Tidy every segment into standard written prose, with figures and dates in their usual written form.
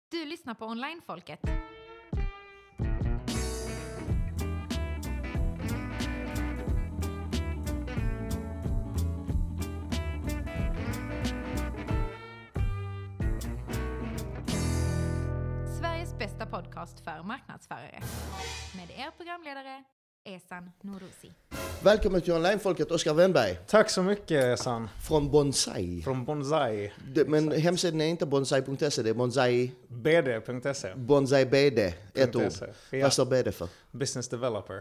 Du lyssnar på Onlinefolket. Sveriges bästa podcast för marknadsförare. Med er programledare, Ehsan Norouzi. Välkommen till Onlinefolket, Oskar Wennberg. Tack så mycket, Ehsan. Från Bonsai. Från Bonsai. Men hemsidan är inte bonsai.se, det är bonsai... BD.se. Bonsai BD, ett ord. Ja. Vad står BD för? Business Developer.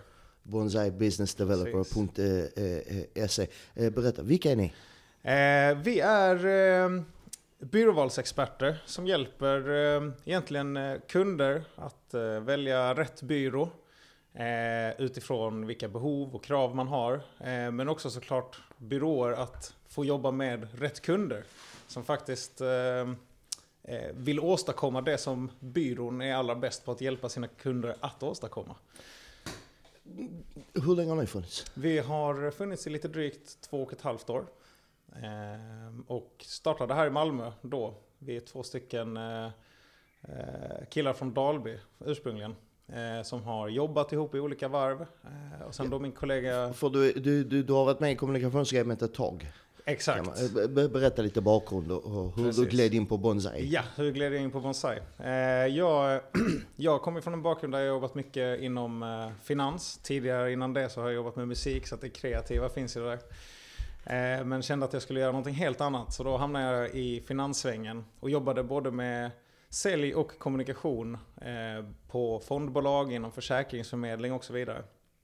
Bonsaibusinessdeveloper.se. Berätta, vilka är ni? Vi är byråvalsexperter som hjälper egentligen kunder att välja rätt byrå. Utifrån vilka behov och krav man har. Men också såklart byråer att få jobba med rätt kunder. Som faktiskt vill åstadkomma det som byrån är allra bäst på att hjälpa sina kunder att åstadkomma. Hur länge har ni funnits? Vi har funnits i lite drygt 2,5 år. Och startade här i Malmö då. Vi är 2 stycken killar från Dalby ursprungligen. Som har jobbat ihop i olika varv. Och sen då min kollega... För du har varit med i kommunikationsgamet ett tag. Exakt. Berätta lite bakgrund och hur du gled in på Bonsai. Ja, hur gled jag in på Bonsai? Jag kommer från en bakgrund där jag jobbat mycket inom finans. Tidigare innan det så har jag jobbat med musik, så att det kreativa finns i det där. Men kände att jag skulle göra någonting helt annat. Så då hamnade jag i finanssvängen och jobbade både med sälj och kommunikation på fondbolag, inom försäkringsförmedling och så vidare.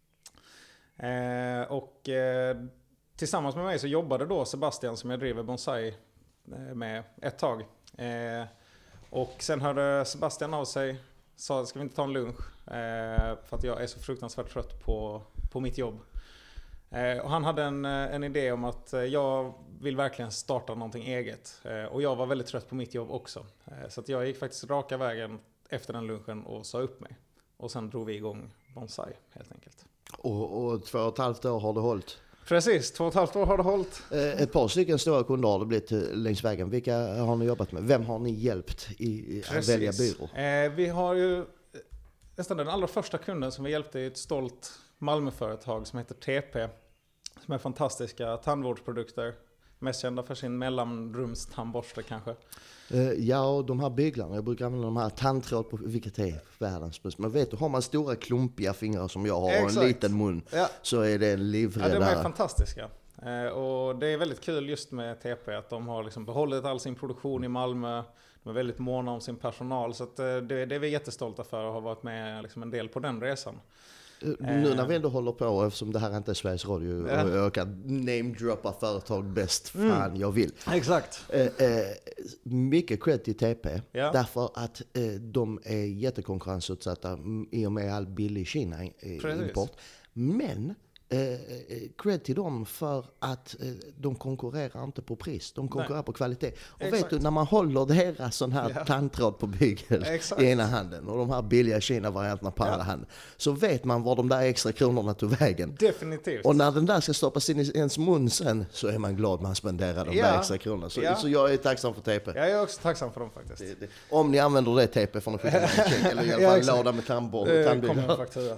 Tillsammans med mig så jobbade då Sebastian, som jag driver Bonsai med ett tag. Och sen hörde Sebastian av sig, sa ska vi inte ta en lunch? För att jag är så fruktansvärt trött på mitt jobb. Och han hade en idé om att jag vill verkligen starta någonting eget. Och jag var väldigt trött på mitt jobb också. Så att jag gick faktiskt raka vägen efter den lunchen och sa upp mig. Och sen drog vi igång Bonsai helt enkelt. Och 2,5 år har det hållit? Precis, 2,5 år har det hållit. Ett par stycken stora kunder har det blivit längs vägen. Vilka har ni jobbat med? Vem har ni hjälpt att välja byrå? Vi har ju nästan den allra första kunden som vi hjälpte i ett stolt Malmöföretag som heter TP. Som är fantastiska tandvårdsprodukter. Mest kända för sin mellanrumstandborste kanske. Ja, och de här byglarna. Jag brukar använda de här tandtråd på, vilket är världens bäst. Men vet du, har man stora klumpiga fingrar som jag har och en liten mun, så är det en livräddare. Ja, de är fantastiska. Och det är väldigt kul just med TP att de har liksom behållit all sin produktion i Malmö. De är väldigt måna om sin personal. Så att det är vi jättestolta för att ha varit med liksom en del på den resan. Nu när vi ändå håller på, eftersom det här inte är Sveriges Radio, och jag kan namedroppa företag bäst fan jag vill. Exakt. Mycket cred till TP, därför att de är jättekonkurrensutsatta i och med all billig Kina-import. Men cred till dem för att de konkurrerar inte på pris, de konkurrerar på kvalitet. Och vet du, när man håller deras sån här tandtråd på bygel i ena handen och de här billiga Kina-varianterna på andra handen, så vet man var de där extra kronorna tog vägen. Definitivt. Och när den där ska stoppas in i ens mun sen, så är man glad man spenderar de där extra kronorna. Så jag är tacksam för TP. Jag är också tacksam för dem faktiskt. Om ni använder det TP får ni skicka en check eller i alla fall låda med tandbygel. Kommer en faktura.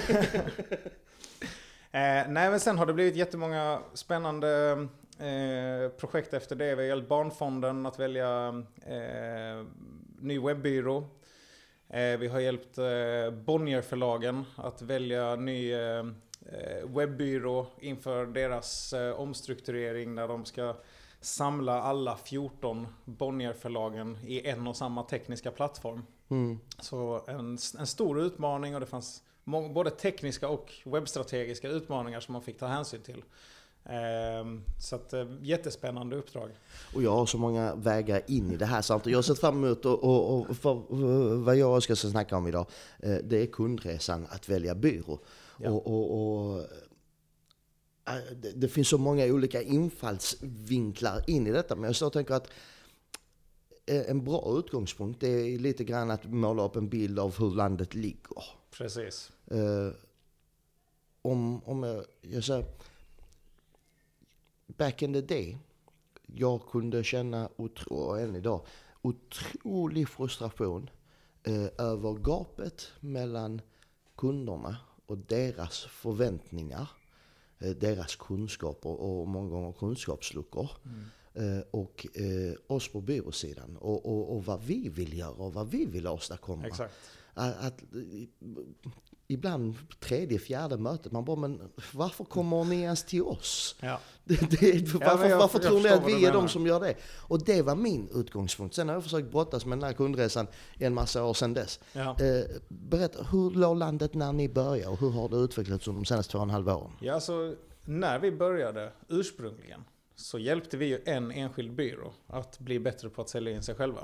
Nej, men sen har det blivit jättemånga spännande projekt efter det. Vi har hjälpt Barnfonden att välja ny webbyrå. Vi har hjälpt Bonnierförlagen att välja ny webbyrå inför deras omstrukturering när de ska samla alla 14 Bonnierförlagen i en och samma tekniska plattform. Så en stor utmaning, och det fanns både tekniska och webbstrategiska utmaningar som man fick ta hänsyn till. Så att jättespännande uppdrag. Och jag har så många vägar in i det här samtidigt. Jag har sett fram emot och för vad jag ska snacka om idag, det är kundresan att välja byrå. Och det finns så många olika infallsvinklar in i detta, men jag tänker att en bra utgångspunkt är lite grann att måla upp en bild av hur landet ligger. Precis. Om jag säger back in the day, jag kunde känna och än idag otrolig frustration över gapet mellan kunderna och deras förväntningar, deras kunskaper och många gånger kunskapsluckor och oss på byråsidan och vad vi vill göra och vad vi vill åstadkomma. Exakt. Att ibland 3:e, 4:e mötet man bara, men varför kommer ni ens till oss? Ja. Varför tror ni att vi är de som gör det? Och det var min utgångspunkt. Sen har jag försökt brottas med den här kundresan en massa år sedan dess. Ja. Berätta, hur låg landet när ni började och hur har det utvecklats de senaste 2,5 åren? Ja, alltså när vi började ursprungligen så hjälpte vi ju en enskild byrå att bli bättre på att sälja in sig själva.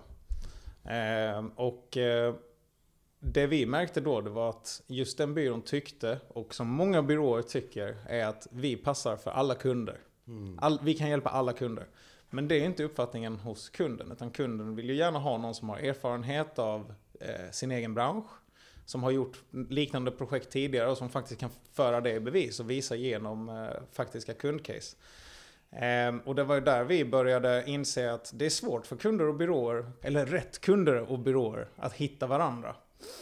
Det vi märkte då, det var att just den byrån tyckte, och som många byråer tycker, är att vi passar för alla kunder. Vi kan hjälpa alla kunder. Men det är inte uppfattningen hos kunden, utan kunden vill ju gärna ha någon som har erfarenhet av sin egen bransch, som har gjort liknande projekt tidigare och som faktiskt kan föra det i bevis och visa genom faktiska kundcase. Och det var ju där vi började inse att det är svårt för kunder och byråer, eller rätt kunder och byråer, att hitta varandra.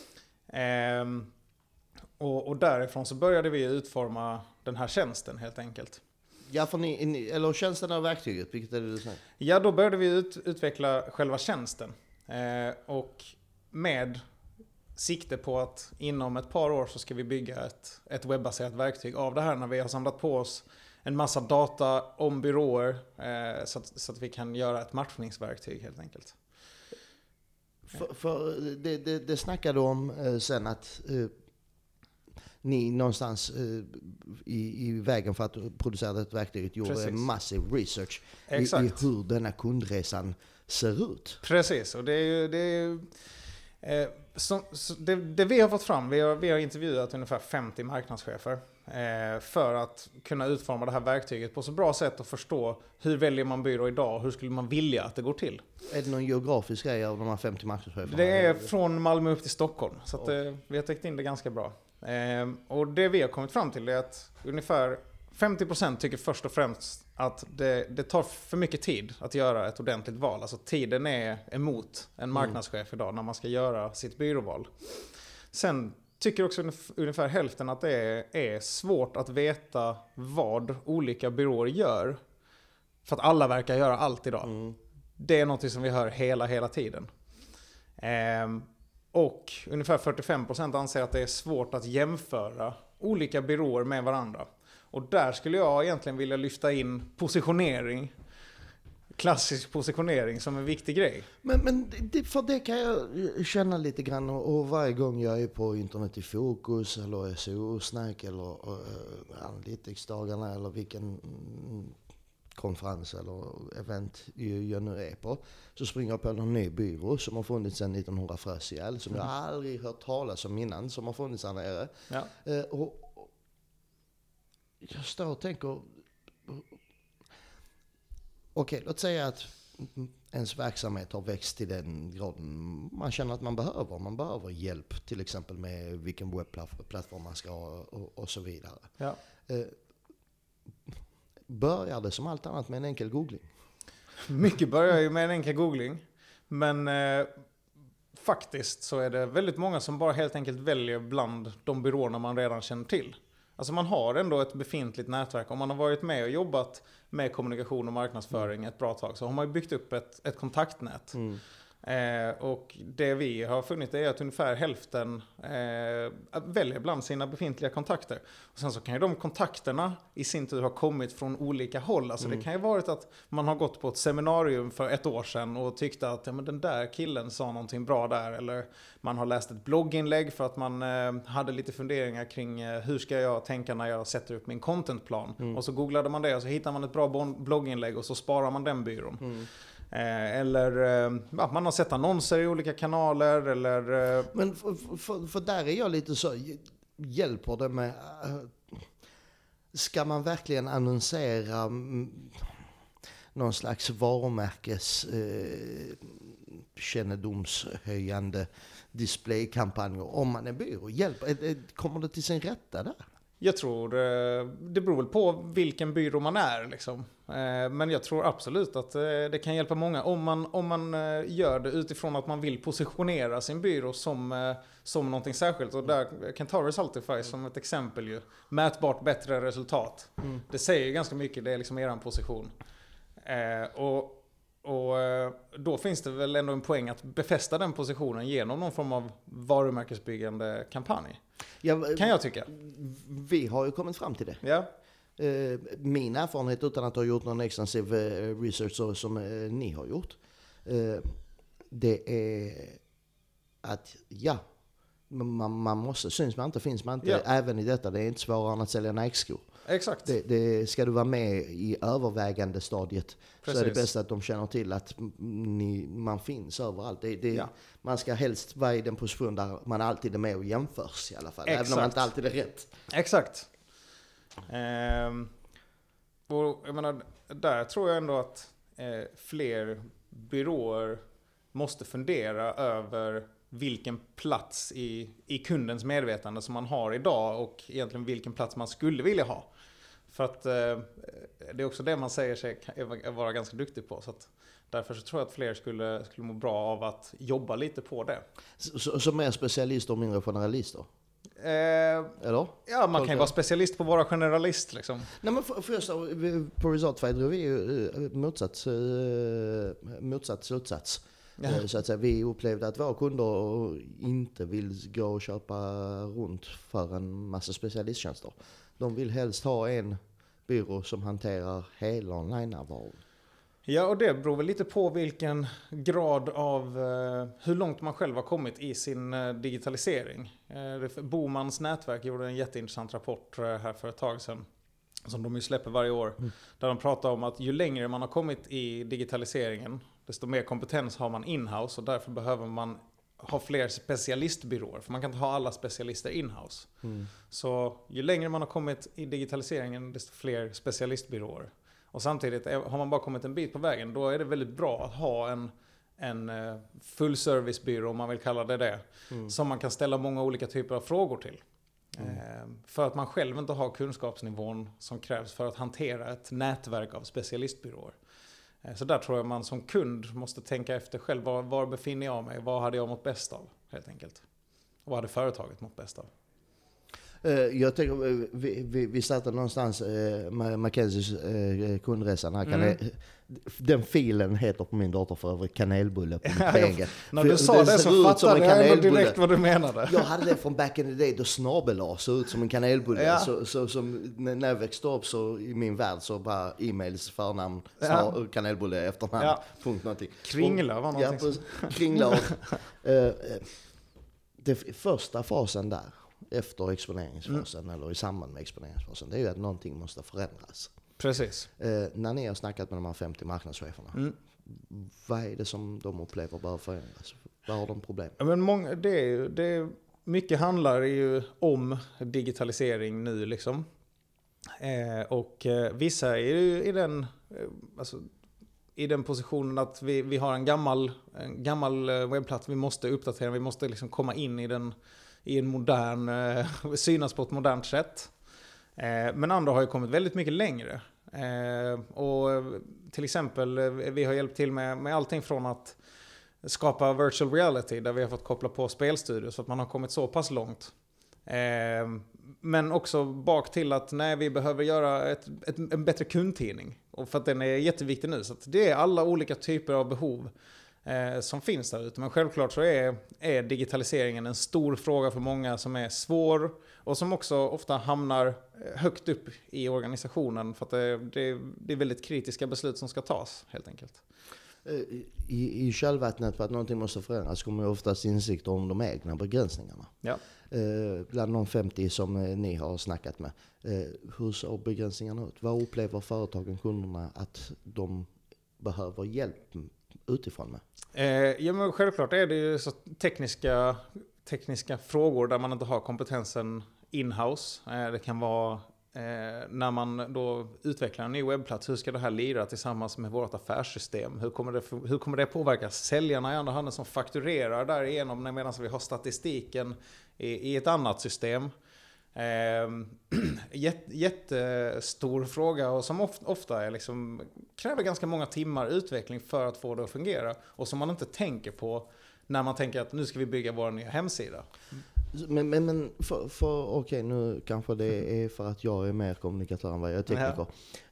Och därifrån så började vi utforma den här tjänsten helt enkelt. Ja, för eller tjänsten och verktyget, vilket är det du säger? Ja, då började vi utveckla själva tjänsten. Och med sikte på att inom ett par år så ska vi bygga ett webbaserat verktyg av det här, när vi har samlat på oss en massa data om byråer så att vi kan göra ett matchningsverktyg helt enkelt. För det snackade om sen att ni någonstans i vägen för att producera ett verktyg gjorde en massiv research i hur denna kundresan ser ut. Precis, och det vi har fått fram, vi har intervjuat ungefär 50 marknadschefer för att kunna utforma det här verktyget på så bra sätt och förstå hur väljer man byrå idag och hur skulle man vilja att det går till. Är det någon geografisk grej av de här 50 marknadscheferna? Det är från Malmö upp till Stockholm, så att, vi har täckt in det ganska bra. Och det vi har kommit fram till är att ungefär 50% tycker först och främst att det tar för mycket tid att göra ett ordentligt val. Alltså tiden är emot en marknadschef idag när man ska göra sitt byråval. Sen tycker också ungefär hälften att det är svårt att veta vad olika byråer gör. För att alla verkar göra allt idag. Det är något som vi hör hela tiden. Och ungefär 45% anser att det är svårt att jämföra olika byråer med varandra. Och där skulle jag egentligen vilja lyfta in positionering. Klassisk positionering som en viktig grej. Men för det kan jag känna lite grann, och varje gång jag är på internet i fokus eller SEO-snack eller Analytics-dagarna eller vilken konferens eller event jag nu är på, så springer jag på någon ny byrå som har funnits sedan 1900 som jag aldrig hört talas om innan, som har funnits här nere. Ja. Och jag står och tänker, okej, låt säga att ens verksamhet har växt till den graden man känner att man behöver hjälp, till exempel med vilken webbplattform man ska ha och så vidare. Ja. Börjar det som allt annat med en enkel googling? Mycket börjar ju med en enkel googling, men faktiskt så är det väldigt många som bara helt enkelt väljer bland de byråerna man redan känner till. Alltså man har ändå ett befintligt nätverk. Om man har varit med och jobbat med kommunikation och marknadsföring ett bra tag, så har man ju byggt upp ett kontaktnät. Och det vi har funnit är att ungefär hälften väljer bland sina befintliga kontakter. Och sen så kan ju de kontakterna i sin tur ha kommit från olika håll. Alltså det kan ju varit att man har gått på ett seminarium för ett år sedan och tyckte att men den där killen sa någonting bra där. Eller man har läst ett blogginlägg för att man hade lite funderingar kring hur ska jag tänka när jag sätter upp min contentplan. Och så googlade man det och så hittar man ett bra blogginlägg och så sparar man den byrån. Eller man har sett annonser i olika kanaler eller... Men för där är jag lite så, hjälper det med, ska man verkligen annonsera någon slags varumärkes kännedomshöjande displaykampanjer om man är byrå? Kommer det till sin rätta där? Jag tror det beror väl på vilken byrå man är liksom. Men jag tror absolut att det kan hjälpa många om man gör det utifrån att man vill positionera sin byrå som någonting särskilt. Och där jag kan ta Resultify som ett exempel ju. Mätbart bättre resultat. Det säger ju ganska mycket, det är liksom eran position. Och då finns det väl ändå en poäng att befästa den positionen genom någon form av varumärkesbyggande kampanj. Kan jag tycka. Vi har ju kommit fram till det. Ja. Min erfarenhet utan att ha gjort någon extensiv research som ni har gjort. Det är att man måste, syns man inte, finns man inte. Även i detta, det är inte svårare än att sälja Nike-skor. Exakt. Det ska du vara med i övervägande stadiet. Precis. Så är det bäst att de känner till att man finns överallt. Man ska helst vara i den position där man alltid är med och jämförs i alla fall. Exakt. Även om man inte alltid är rätt. Exakt. Och jag menar, där tror jag ändå att fler byråer måste fundera över vilken plats i kundens medvetande som man har idag och egentligen vilken plats man skulle vilja ha. För att det är också det man säger sig vara ganska duktig på. Så att därför så tror jag att fler skulle må bra av att jobba lite på det. Som är specialister och mindre generalister? Eller? Ja, man kan ju vara specialist på att vara generalist liksom. Nej, men först på Resultify drog vi ju motsatt slutsats. Ja. Så att säga, vi upplevde att våra kunder inte vill gå och köpa runt för en massa specialisttjänster. De vill helst ha en byrå som hanterar hela online-närvaron. Ja, och det beror väl lite på vilken grad av hur långt man själv har kommit i sin digitalisering. Bomans nätverk gjorde en jätteintressant rapport här för ett tag sedan, som de ju släpper varje år, där de pratar om att ju längre man har kommit i digitaliseringen, desto mer kompetens har man in-house, och därför behöver man ha fler specialistbyråer, för man kan inte ha alla specialister in-house. Så ju längre man har kommit i digitaliseringen, desto fler specialistbyråer. Och samtidigt, har man bara kommit en bit på vägen, då är det väldigt bra att ha en full-servicebyrå, om man vill kalla det, som man kan ställa många olika typer av frågor till. För att man själv inte har kunskapsnivån som krävs för att hantera ett nätverk av specialistbyråer. Så där tror jag man som kund måste tänka efter själv. Var befinner jag mig? Vad hade jag mått bäst av, helt enkelt? Och vad hade företaget mått bäst av? Jag tänker, vi startade någonstans med Mackenzies kundresan. Den filen heter på min dator för övrigt kanelbulle på PNG. När du sa det så fattade jag ändå direkt vad du menade. Jag hade det från back in the day då snabel-A såg ut som en kanelbulle. Ja. Så som när jag växte upp så i min värld så var e-mails förnamn, kanelbulle efternamn, punkt någonting. Kringla var någonting. Ja, kringla. Det första fasen där, efter exponeringsfasen eller i samband med exponeringsfasen, det är ju att någonting måste förändras. Precis. När ni har snackat med de här 50 marknadscheferna, vad är det som de upplever bör förändras? Vad har de problem? Men mycket handlar ju om digitalisering nu liksom. Och vissa är ju i den positionen att vi har en gammal webbplats vi måste uppdatera, vi måste liksom komma in i en modern, synas på ett modernt sätt. Men andra har ju kommit väldigt mycket längre. Och till exempel, vi har hjälpt till med allting från att skapa virtual reality, där vi har fått koppla på spelstudios, så att man har kommit så pass långt. Men också bak till att vi behöver göra en bättre kundtidning. Och för att den är jätteviktig nu. Så att det är alla olika typer av behov som finns där ute. Men självklart så är digitaliseringen en stor fråga för många, som är svår och som också ofta hamnar högt upp i organisationen, för att det är väldigt kritiska beslut som ska tas, helt enkelt. I kölvattnet för att någonting måste förändras kommer oftast insikter om de egna begränsningarna. Ja. Bland de 50 som ni har snackat med, hur ser begränsningarna ut? Vad upplever företagen, kunderna, att de behöver hjälp utifrån med? Ja, men självklart är det ju så tekniska frågor där man inte har kompetensen in-house. Det kan vara när man då utvecklar en ny webbplats, hur ska det här lira tillsammans med vårt affärssystem? Hur kommer det påverka säljarna i andra handen som fakturerar därigenom, medan vi har statistiken i ett annat system? Jättestor fråga och som ofta är liksom, kräver ganska många timmar utveckling för att få det att fungera. Och som man inte tänker på när man tänker att nu ska vi bygga vår nya hemsida. Men okej, nu kanske det är för att jag är mer kommunikatör än vad jag är tekniker.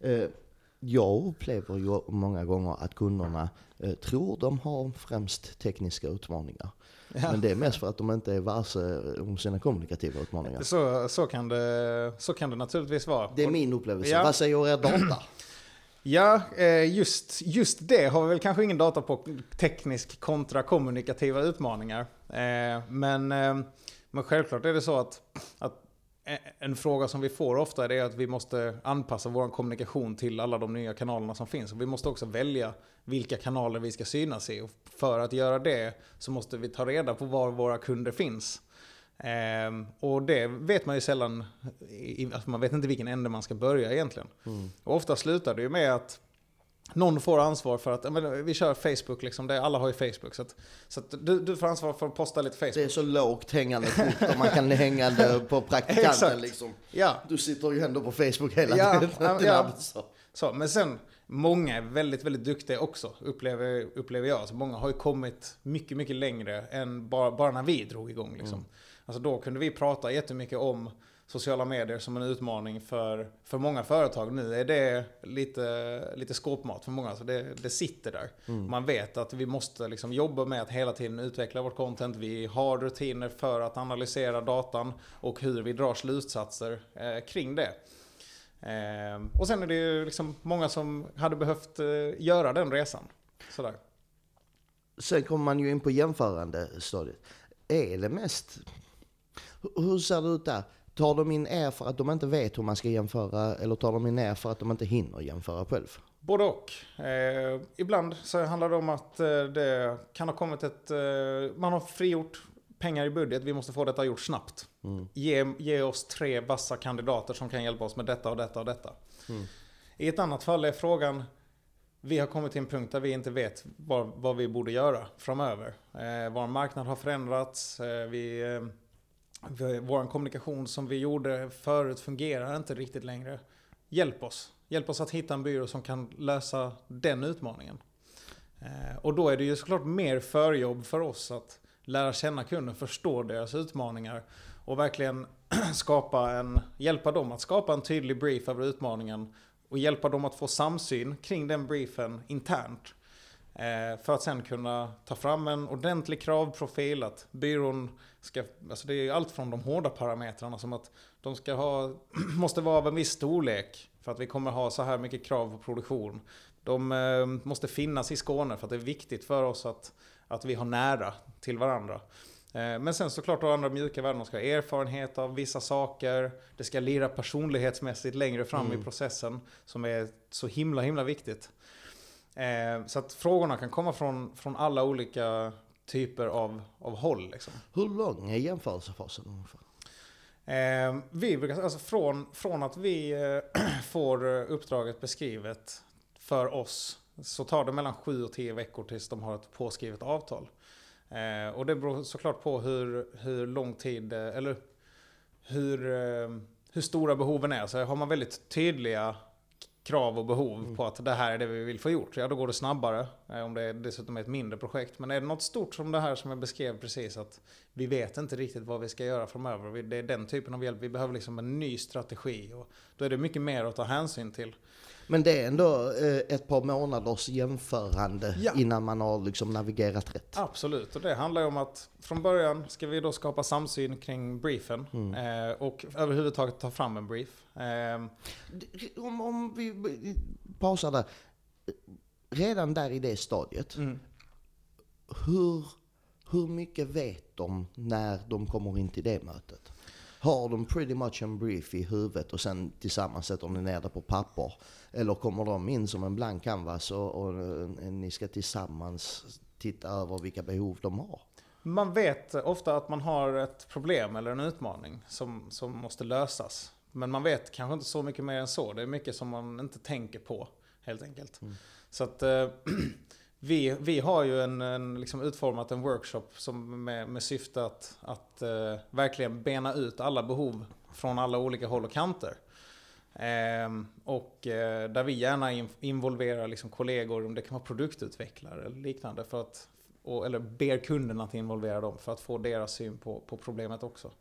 Jag upplever ju många gånger att kunderna tror de har främst tekniska utmaningar. Ja. Men det är mest för att de inte är varse om sina kommunikativa utmaningar. Så kan det naturligtvis vara. Det är min upplevelse. Ja. Vad säger er data? Ja, just det har vi väl kanske ingen data på, teknisk kontra kommunikativa utmaningar. Men självklart är det så att en fråga som vi får ofta är att vi måste anpassa vår kommunikation till alla de nya kanalerna som finns. Och vi måste också välja vilka kanaler vi ska synas i. Och för att göra det så måste vi ta reda på var våra kunder finns. Och det vet man ju sällan, alltså man vet inte vilken ände man ska börja egentligen. Och ofta slutar det ju med att någon får ansvar för att vi kör Facebook liksom, där alla har ju Facebook så att du får ansvar för att posta lite Facebook. Det är så lågt hängande frukt om man kan hänga det på praktikanten liksom. Ja. Du sitter ju ändå på Facebook hela tiden. Så, men sen många är väldigt, väldigt duktiga också, upplever jag. Så många har ju kommit mycket, mycket längre än bara när vi drog igång liksom. Alltså då kunde vi prata jättemycket om sociala medier som en utmaning för många företag. Nu är det lite skåpmat för många. Så det sitter där. Man vet att vi måste liksom jobba med att hela tiden utveckla vårt content. Vi har rutiner för att analysera datan och hur vi drar slutsatser kring det. Och sen är det ju liksom många som hade behövt göra den resan. Sådär. Sen kommer man ju in på jämförande stadiet. Är det mest... Hur ser det ut där? Tar de in er för att de inte vet hur man ska jämföra eller tar de in er för att de inte hinner jämföra själv? Både och. Ibland så handlar det om att det kan ha kommit man har frigjort pengar i budget. Vi måste få detta gjort snabbt. Ge oss 3 vassa kandidater som kan hjälpa oss med detta och detta och detta. I ett annat fall är frågan, vi har kommit till en punkt där vi inte vet vad vi borde göra framöver. Vår marknad har förändrats. Vår kommunikation som vi gjorde förut fungerar inte riktigt längre. Hjälp oss att hitta en byrå som kan lösa den utmaningen. Och då är det ju såklart mer förjobb för oss att lära känna kunden, förstå deras utmaningar och verkligen hjälpa dem att skapa en tydlig brief över utmaningen och hjälpa dem att få samsyn kring den briefen internt. För att sen kunna ta fram en ordentlig kravprofil att byrån ska, alltså det är allt från de hårda parametrarna som att de måste vara av en viss storlek för att vi kommer ha så här mycket krav på produktion. De måste finnas i Skåne för att det är viktigt för oss att vi har nära till varandra. Men sen såklart då andra mjuka värden, de ska ha erfarenhet av vissa saker. Det ska lira personlighetsmässigt längre fram i processen som är så himla viktigt. Så att frågorna kan komma från alla olika typer av håll. Liksom. Hur lång är jämförelsefasen ungefär? Vi brukar, alltså från att vi får uppdraget beskrivet för oss så tar det mellan 7 och 10 veckor tills de har ett påskrivet avtal. Och det beror såklart på hur lång tid eller hur stora behoven är. Så har man väldigt tydliga krav och behov på att det här är det vi vill få gjort, ja då går det snabbare om det dessutom är ett mindre projekt. Men är det något stort som det här som jag beskrev precis, att vi vet inte riktigt vad vi ska göra framöver, det är den typen av hjälp, vi behöver liksom en ny strategi och då är det mycket mer att ta hänsyn till. Men det är ändå ett par månaders jämförande innan man har liksom navigerat rätt. Absolut, och det handlar ju om att från början ska vi då skapa samsyn kring briefen och överhuvudtaget ta fram en brief. Om vi pausar där, redan där i det stadiet, hur mycket vet de när de kommer in till det mötet? Har de pretty much en brief i huvudet och sen tillsammans sätter de ner det på papper? Eller kommer de in som en blank canvas och ni ska tillsammans titta över vilka behov de har? Man vet ofta att man har ett problem eller en utmaning som måste lösas. Men man vet kanske inte så mycket mer än så. Det är mycket som man inte tänker på helt enkelt. Så att vi har ju liksom utformat en workshop som med syfte att verkligen bena ut alla behov från alla olika håll och kanter. Där vi gärna involverar liksom kollegor, om det kan vara produktutvecklare eller liknande, eller ber kunderna att involvera dem för att få deras syn på problemet också.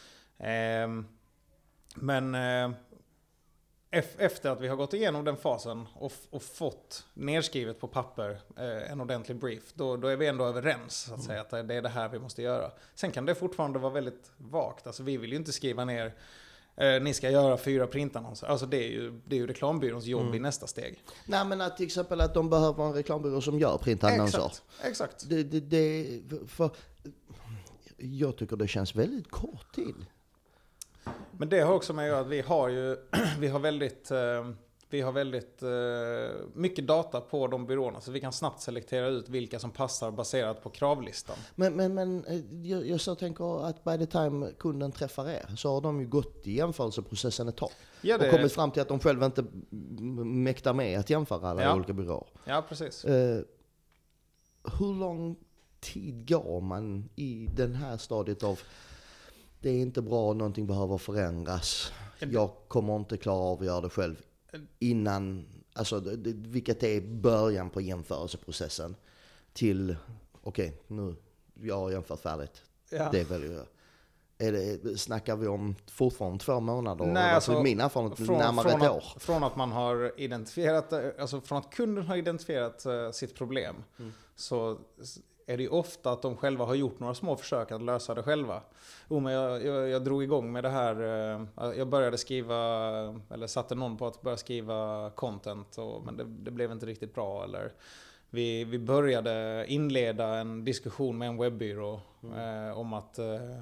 Men efter att vi har gått igenom den fasen och fått nedskrivet på papper en ordentlig brief, då är vi ändå överens så att säga, att det är det här vi måste göra. Sen kan det fortfarande vara väldigt vagt. Alltså vi vill ju inte skriva ner ni ska göra 4 printannonser. Alltså det är ju reklambyråns jobb i nästa steg. Nej, men till exempel att de behöver en reklambyrå som gör printannonser. Exakt. För jag tycker det känns väldigt kort tid. Men det har också med att göra att vi har väldigt mycket data på de byråerna, så vi kan snabbt selektera ut vilka som passar baserat på kravlistan. Men jag så tänker att by the time kunden träffar er så har de ju gått i jämförelseprocessen ett tag. Ja, och kommit fram till att de själva inte mäktar med att jämföra alla olika byråer. Ja, precis. Hur lång tid går man i den här stadiet av det är inte bra, någonting behöver förändras, jag kommer inte klara av att göra det själv innan, alltså vilket är början på jämförelseprocessen till nu jag har jämfört färdigt, det väljer jag. Snackar vi om fortfarande 2 månader? Nej, alltså, min erfarenhet närmare ett år. Från att man har identifierat, alltså från att kunden har identifierat sitt problem, så är det ju ofta att de själva har gjort några små försök att lösa det själva. Men jag drog igång med det här, jag började skriva, eller satte någon på att börja skriva content, men det blev inte riktigt bra. Eller vi började inleda en diskussion med en webbyrå om att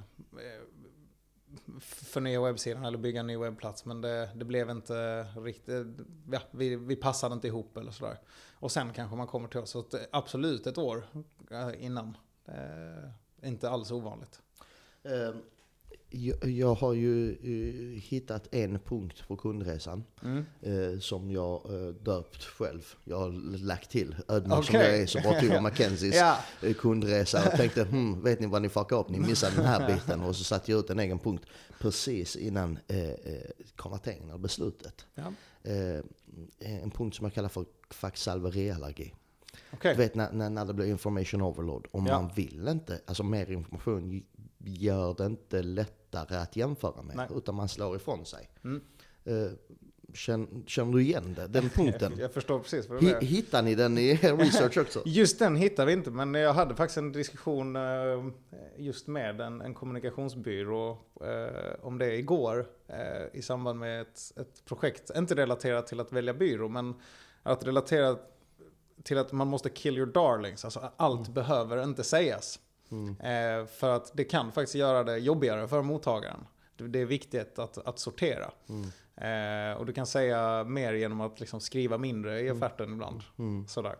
förnya webbsidan eller bygga en ny webbplats, men det blev inte riktigt, vi passade inte ihop eller sådär. Och sen kanske man kommer till oss, så absolut ett år innan. Inte alls ovanligt. Jag har ju hittat en punkt på kundresan som jag döpt själv. Jag har lagt till ödmjuk som jag är, så bra till McKenzies kundresa och tänkte, vet ni vad ni fuckar upp? Ni missade den här biten. Och så satte jag ut en egen punkt precis innan konverteringen av beslutet. Ja. En punkt som jag kallar för kvacksalveriallergi. Du vet när det blir information overload. Om man vill inte, alltså mer information gör det inte lättare att jämföra med. Nej. Utan man slår ifrån sig. Känner du igen det? Den punkten? Jag förstår precis vad du menar. Hittar ni den i er research också? Just den hittar vi inte, men jag hade faktiskt en diskussion just med en kommunikationsbyrå om det igår i samband med ett projekt. Inte relaterat till att välja byrå, men att relatera till att man måste kill your darlings. Alltså allt behöver inte sägas. För att det kan faktiskt göra det jobbigare för mottagaren. Det är viktigt att sortera. Och du kan säga mer genom att liksom skriva mindre i offerten ibland. Sådär.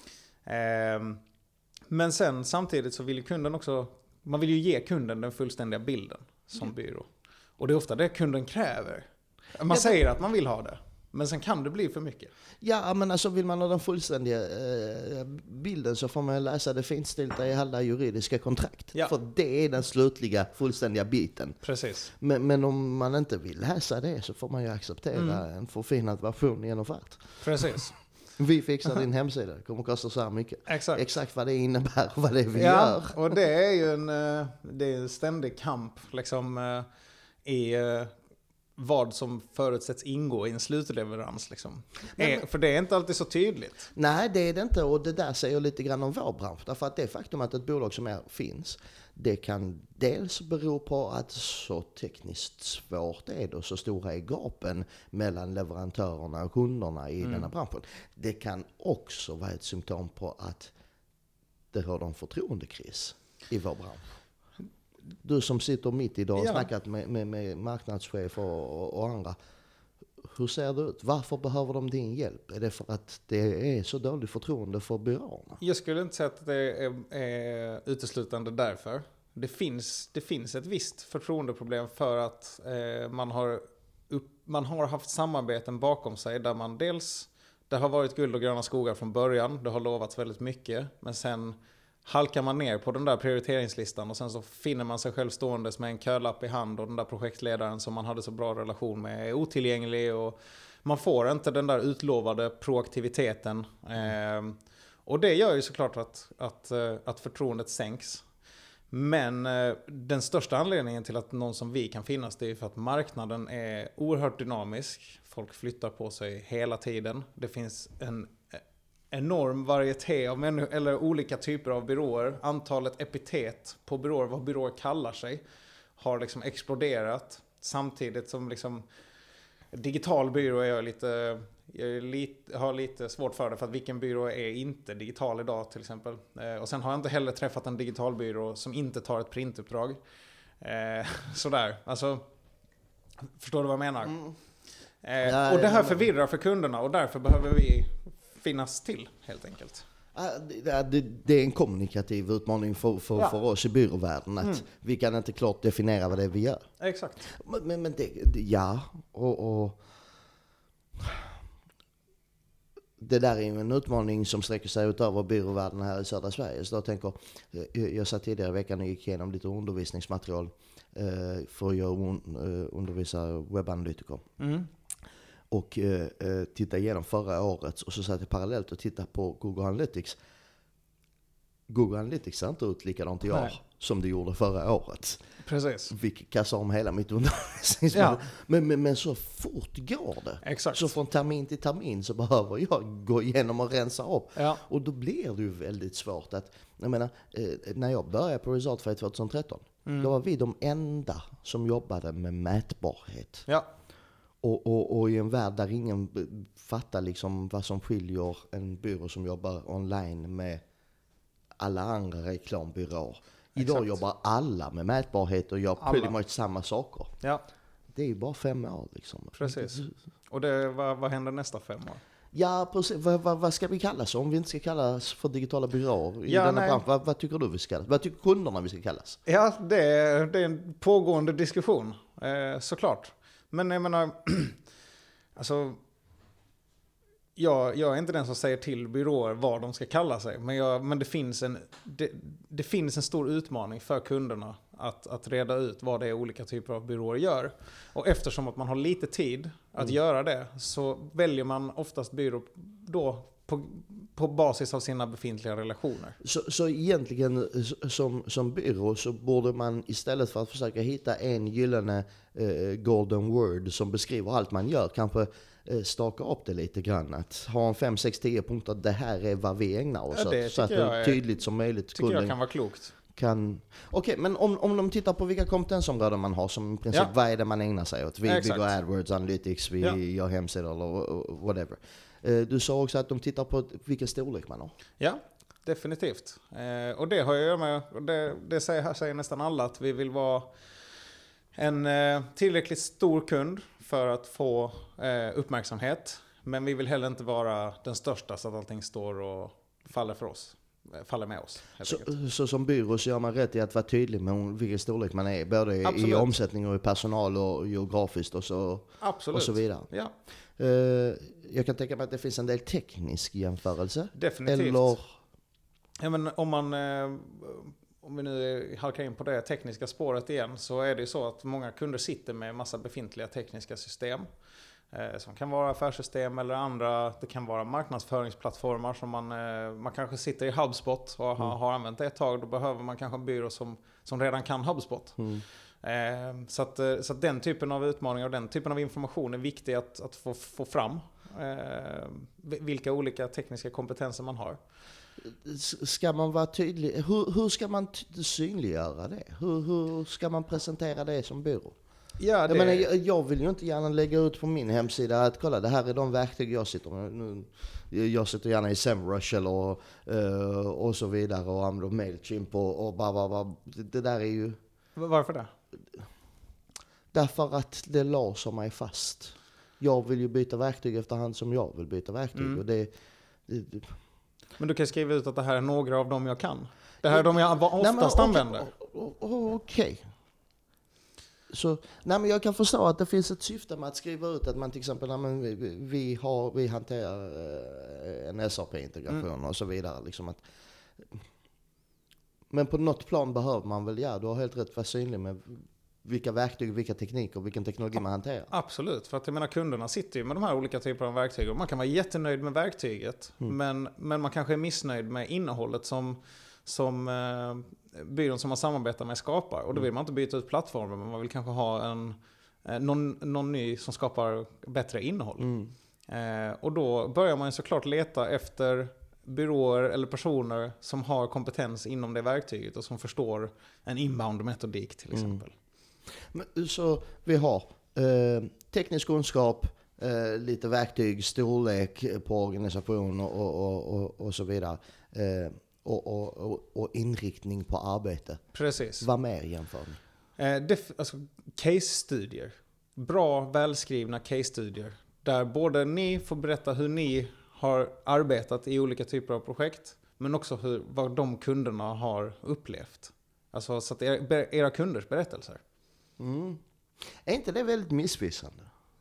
Men sen samtidigt så vill ju kunden också, man vill ju ge kunden den fullständiga bilden som byrå. Och det är ofta det kunden kräver. Man säger att man vill ha det. Men sen kan det bli för mycket. Ja, men alltså vill man ha den fullständiga bilden så får man läsa det finstilta i alla juridiska kontrakt. Ja. För det är den slutliga fullständiga biten. Precis. Men om man inte vill läsa det så får man ju acceptera en förfinad version i en offert. Precis. Vi fixar din hemsida, det kommer att kosta så här mycket. Exakt vad det innebär och vad det är vi gör. Ja, och det är ju en ständig kamp liksom, i vad som förutsätts ingå i en slutleverans. Liksom. För det är inte alltid så tydligt. Nej, det är det inte. Och det där säger lite grann om vår bransch. Därför att det faktum att ett bolag som finns, det kan dels bero på att så tekniskt svårt är det och så stora är gapen mellan leverantörerna och kunderna i den här branschen. Det kan också vara ett symptom på att det råder en förtroendekris i vår bransch. Du som sitter mitt idag och snackat med marknadschefer och andra. Hur ser det ut? Varför behöver de din hjälp? Är det för att det är så dåligt förtroende för byråerna? Jag skulle inte säga att det är uteslutande därför. Det finns ett visst förtroendeproblem för att man har haft samarbeten bakom sig där man dels, det har varit guld och gröna skogar från början. Det har lovats väldigt mycket. Men sen halkar man ner på den där prioriteringslistan och sen så finner man sig själv ståendes med en kölapp i hand och den där projektledaren som man hade så bra relation med är otillgänglig och man får inte den där utlovade proaktiviteten. Och det gör ju såklart att förtroendet sänks. Men den största anledningen till att någon som vi kan finnas, det är för att marknaden är oerhört dynamisk. Folk flyttar på sig hela tiden. Det finns en enorm varieté av eller olika typer av byråer. Antalet epitet på byråer, vad byråer kallar sig, har liksom exploderat. Samtidigt som liksom digital byrå är har lite svårt för det, för att vilken byrå är inte digital idag till exempel. Och sen har jag inte heller träffat en digital byrå som inte tar ett printuppdrag. Sådär, alltså förstår du vad jag menar? Och det här förvirrar för kunderna och därför behöver vi finnas till helt enkelt. Det är en kommunikativ utmaning för oss i byråvärlden att vi kan inte klart definiera vad det är vi gör. Exakt. Men och det där är ju en utmaning som sträcker sig utöver byråvärlden här i södra Sverige. Så jag satt tidigare i veckan och gick igenom lite undervisningsmaterial för att undervisa webbanalytiker. Och titta igenom förra året och så satt jag parallellt och titta på Google Analytics. Google Analytics ser inte ut likadant i år som det gjorde förra året. Precis. Vilket kastar om hela mitt undervisningsmaterial. Ja. Men så fort går det. Exakt. Så från termin till termin så behöver jag gå igenom och rensa upp. Ja. Och då blir det ju väldigt svårt att, jag menar, när jag började på Resultfy 2013, då var vi de enda som jobbade med mätbarhet. Ja. Och i en värld där ingen fattar liksom vad som skiljer en byrå som jobbar online med alla andra reklambyråer. Idag jobbar alla med mätbarhet och gör pretty much samma saker. Ja. Det är ju bara 5 år liksom. Precis. Och vad händer nästa 5 år? Ja, precis. Vad ska vi kallas om vi inte ska kallas för digitala byråer i denna bransch? Vad tycker du vi ska kallas? Vad tycker kunderna vi ska kallas? Ja, det är en pågående diskussion, såklart. Men jag menar, alltså, jag är inte den som säger till byråer vad de ska kalla sig. Men det finns en stor utmaning för kunderna att reda ut vad det är olika typer av byråer gör. Och eftersom att man har lite tid att göra det så väljer man oftast byrå då på basis av sina befintliga relationer. Så egentligen som byrå så borde man istället för att försöka hitta en gyllene golden word som beskriver allt man gör kanske staka upp det lite grann. Att ha en 5, 6, 10 punkter, det här är vad vi ägnar oss åt. Så att det är tydligt som möjligt. Tycker jag kan vara klokt. Okej, men om de tittar på vilka kompetensområden man har som i princip, vad är det man ägnar sig åt? Vi går AdWords, Analytics, vi gör hemsidor eller whatever. Du sa också att de tittar på vilken storlek man har. Ja, definitivt. Och det har jag med, och det säger nästan alla, att vi vill vara en tillräckligt stor kund för att få uppmärksamhet. Men vi vill heller inte vara den största så att allting står och faller med oss. Så som byrå så gör man rätt i att vara tydlig med vilken storlek man är. Både i omsättning och i personal och geografiskt och så vidare. Ja. Jag kan tänka mig att det finns en del teknisk jämförelse. Definitivt. Eller... Ja, men om vi nu halkar in på det tekniska spåret igen, så är det ju så att många kunder sitter med massa befintliga tekniska system. Som kan vara affärssystem eller andra. Det kan vara marknadsföringsplattformar som man kanske sitter i HubSpot och har använt det ett tag. Då behöver man kanske en byrå som redan kan HubSpot. Så att den typen av utmaningar och den typen av information är viktig att få fram. Vilka olika tekniska kompetenser man har. Ska man vara tydlig? Hur ska man synliggöra det? Hur ska man presentera det som byrå? Ja, jag vill ju inte gärna lägga ut på min hemsida att kolla, det här är de verktyg jag sitter med. Jag sitter gärna i SEMrush och så vidare och använder Mailchimp och bara. Det där är ju... Varför det? Därför att det låser mig fast. Jag vill ju byta verktyg efterhand som jag vill byta verktyg. Och det... Men du kan skriva ut att det här är några av dem jag kan. Det här är de jag oftast använder. Okej. Så, men jag kan förstå att det finns ett syfte med att skriva ut att man till exempel vi hanterar en SAP-integration och så vidare. Liksom att, Men på något plan behöver man väl, du har helt rätt, vara synlig med vilka verktyg, vilka tekniker, vilken teknologi man hanterar. Absolut, för att jag menar kunderna sitter ju med de här olika typerna av verktyg och man kan vara jättenöjd med verktyget men man kanske är missnöjd med innehållet som byrån som man samarbetar med skapar och då vill man inte byta ut plattformen men man vill kanske ha någon ny som skapar bättre innehåll. Och då börjar man ju såklart leta efter byråer eller personer som har kompetens inom det verktyget och som förstår en inbound-metodik till exempel. Så vi har teknisk kunskap, lite verktyg, storlek på organisation och så vidare. Och inriktning på arbete. Precis. Vad mer jämför ni? Alltså case-studier. Bra, välskrivna case-studier. Där både ni får berätta hur ni har arbetat i olika typer av projekt. Men också vad de kunderna har upplevt. Alltså så att era kunders berättelser. Är inte det väldigt missvisande?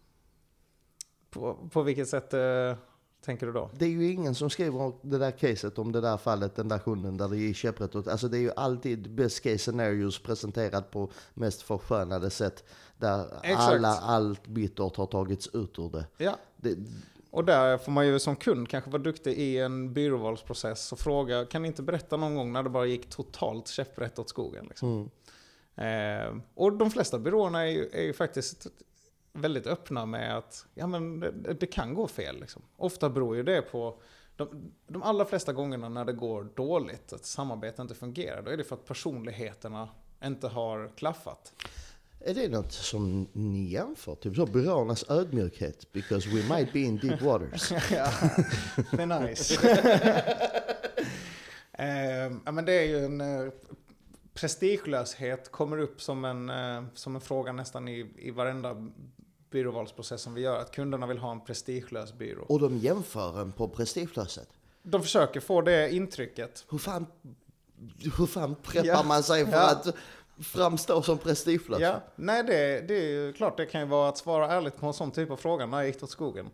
På vilket sätt tänker du då? Det är ju ingen som skriver det där caset om det där fallet, den där kunden där det är käpprätt. Alltså det är ju alltid best case scenarios presenterat på mest förskönade sätt. Där allt bittert har tagits ut ur det. Ja. Och där får man ju som kund kanske vara duktig i en byråvalsprocess och fråga, kan ni inte berätta någon gång när det bara gick totalt käpprätt åt skogen? Liksom? Och de flesta byråerna är ju faktiskt väldigt öppna med att det kan gå fel. Liksom. Ofta beror ju det på de allra flesta gångerna när det går dåligt, att samarbetet inte fungerar, då är det för att personligheterna inte har klaffat. Är det något som ni jämför? Typ så byråernas ödmjukhet, because we might be in deep waters. Ja, det är nice. Men det är ju en prestigelöshet kommer upp som en fråga nästan i varenda byråvalsprocess som vi gör. Att kunderna vill ha en prestigelös byrå. Och de jämför en på prestigelöshet? De försöker få det intrycket. Hur fan preppar man sig för att framstå som prestigelös? Ja, nej det är ju klart, det kan ju vara att svara ärligt på en sån typ av fråga när jag gick åt skogen.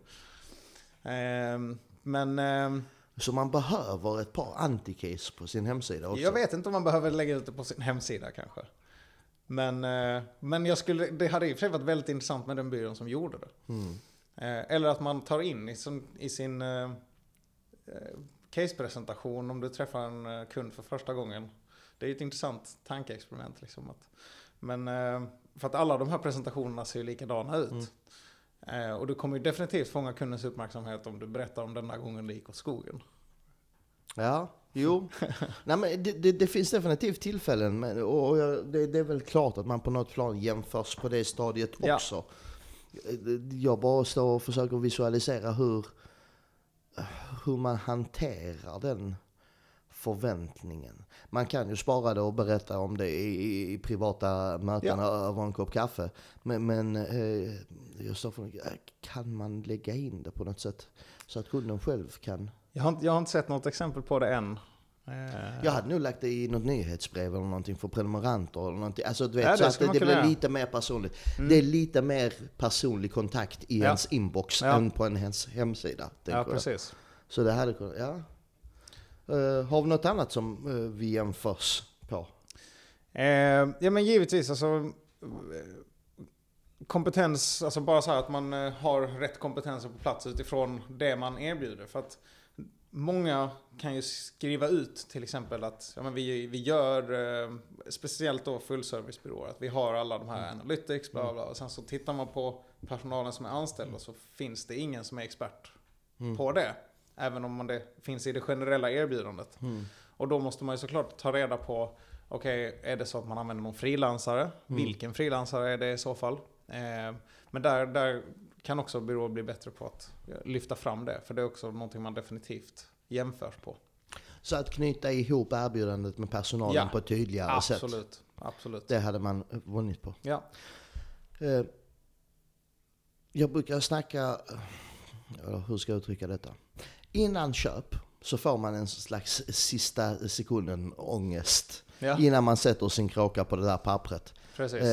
Så man behöver ett par anti-case på sin hemsida också? Jag vet inte om man behöver lägga ut det på sin hemsida kanske. Men det hade i och för sig varit väldigt intressant med den byrån som gjorde det. Eller att man tar in i sin casepresentation om du träffar en kund för första gången. Det är ett intressant tankeexperiment. Liksom, men för att alla de här presentationerna ser ju likadana ut. Och du kommer ju definitivt fånga kundens uppmärksamhet om du berättar om den där gången det gick åt skogen. Ja, jo. Nej, men det finns definitivt tillfällen. Det är väl klart att man på något plan jämförs på det stadiet också. Jag bara står och försöker visualisera hur man hanterar den förväntningen. Man kan ju spara det och berätta om det i privata möten över en kopp kaffe. Men jag står för, kan man lägga in det på något sätt så att kunden själv kan... Jag har inte sett något exempel på det än. Jag hade nog lagt det i något nyhetsbrev eller någonting för prenumeranter eller någonting. Alltså du vet, så att det blir lite mer personligt. Det är lite mer personlig kontakt i ens inbox än på en hemsida. Ja, precis. Så det hade kunnat, har vi något annat som vi jämförs på? Ja, men givetvis alltså kompetens, alltså bara så här att man har rätt kompetenser på plats utifrån det man erbjuder. För att många kan ju skriva ut till exempel att vi gör, speciellt då fullservicebyråer, att vi har alla de här analytics, bla bla, och sen så tittar man på personalen som är anställda så finns det ingen som är expert på det. Även om det finns i det generella erbjudandet. Och då måste man ju såklart ta reda på, är det så att man använder någon frilansare? Vilken frilansare är det i så fall? Men där kan också byråer bli bättre på att lyfta fram det. För det är också någonting man definitivt jämförs på. Så att knyta ihop erbjudandet med personalen på ett tydligare sätt. Absolut. Det hade man vunnit på. Ja. Jag brukar snacka, hur ska jag uttrycka detta? Innan köp så får man en slags sista sekunden ångest. Ja. Innan man sätter sin kråka på det där pappret. Precis.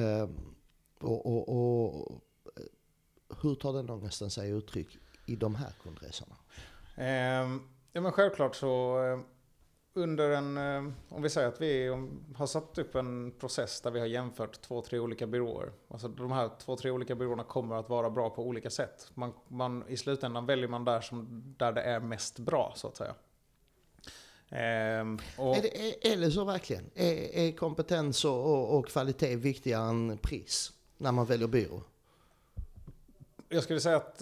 Och hur tar den ångesten sig uttryck i de här kundresorna? Ja, men självklart så under om vi säger att vi har satt upp en process där vi har jämfört 2-3 olika byråer. Alltså de här 2-3 olika byråerna kommer att vara bra på olika sätt. I slutändan väljer man där det är mest bra, så att säga. Är det så verkligen? Är kompetens och kvalitet viktigare än pris när man väljer byrå? Jag skulle säga att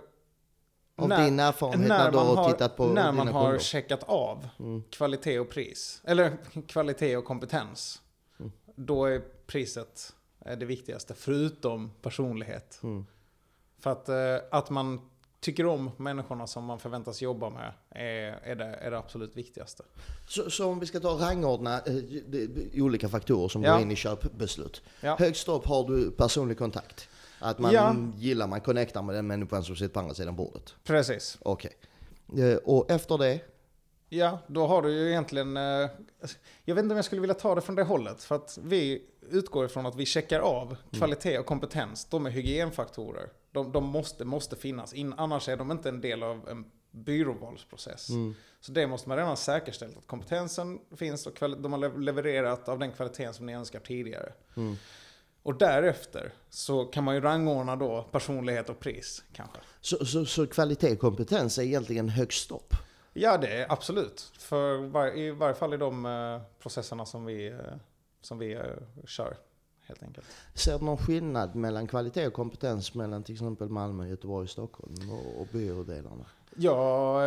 din erfarenhet när du har tittat på när man har checkat av kvalitet och pris, eller kvalitet och kompetens, då är priset det viktigaste, förutom personlighet. För att man tycker om människorna som man förväntas jobba med är det absolut viktigaste. Så om vi ska ta rangordna olika faktorer som går in i köpbeslut. Högst upp har du personlig kontakt. Att man gillar, man connectar med den människan som sitter på andra sidan bordet. Precis. Okej. Och efter det? Ja, då har du ju egentligen... jag vet inte om jag skulle vilja ta det från det hållet. För att vi utgår ifrån att vi checkar av kvalitet och kompetens. De är hygienfaktorer. De måste finnas. Annars är de inte en del av en byråvalsprocess. Så det måste man redan säkerställa. Att kompetensen finns och de har levererat av den kvaliteten som ni önskar tidigare. Och därefter så kan man ju rangordna då personlighet och pris kanske. Så kvalitet och kompetens är egentligen högst upp? Ja, det är absolut. För i varje fall i de processerna som vi kör, helt enkelt. Ser du någon skillnad mellan kvalitet och kompetens mellan till exempel Malmö, Göteborg och Stockholm och byrådelarna? Ja,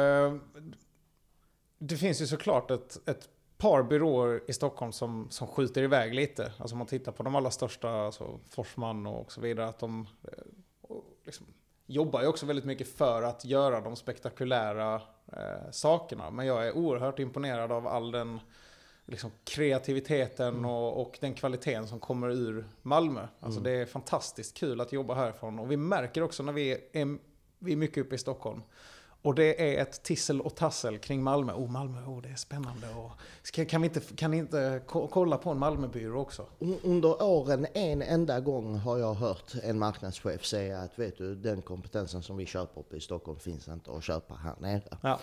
det finns ju såklart ett par byråer i Stockholm som skjuter iväg lite. Alltså om man tittar på de allra största, alltså Forsman och så vidare, att de liksom jobbar ju också väldigt mycket för att göra de spektakulära sakerna. Men jag är oerhört imponerad av all den liksom kreativiteten och den kvaliteten som kommer ur Malmö. Alltså det är fantastiskt kul att jobba härifrån. Och vi märker också när vi är mycket uppe i Stockholm. Och det är ett tissel och tassel kring Malmö. Malmö, det är spännande. Och kan ni inte kolla på en Malmöbyrå också? Under åren en enda gång har jag hört en marknadschef säga att vet du, den kompetensen som vi köper uppe i Stockholm finns inte att köpa här nere. Ja.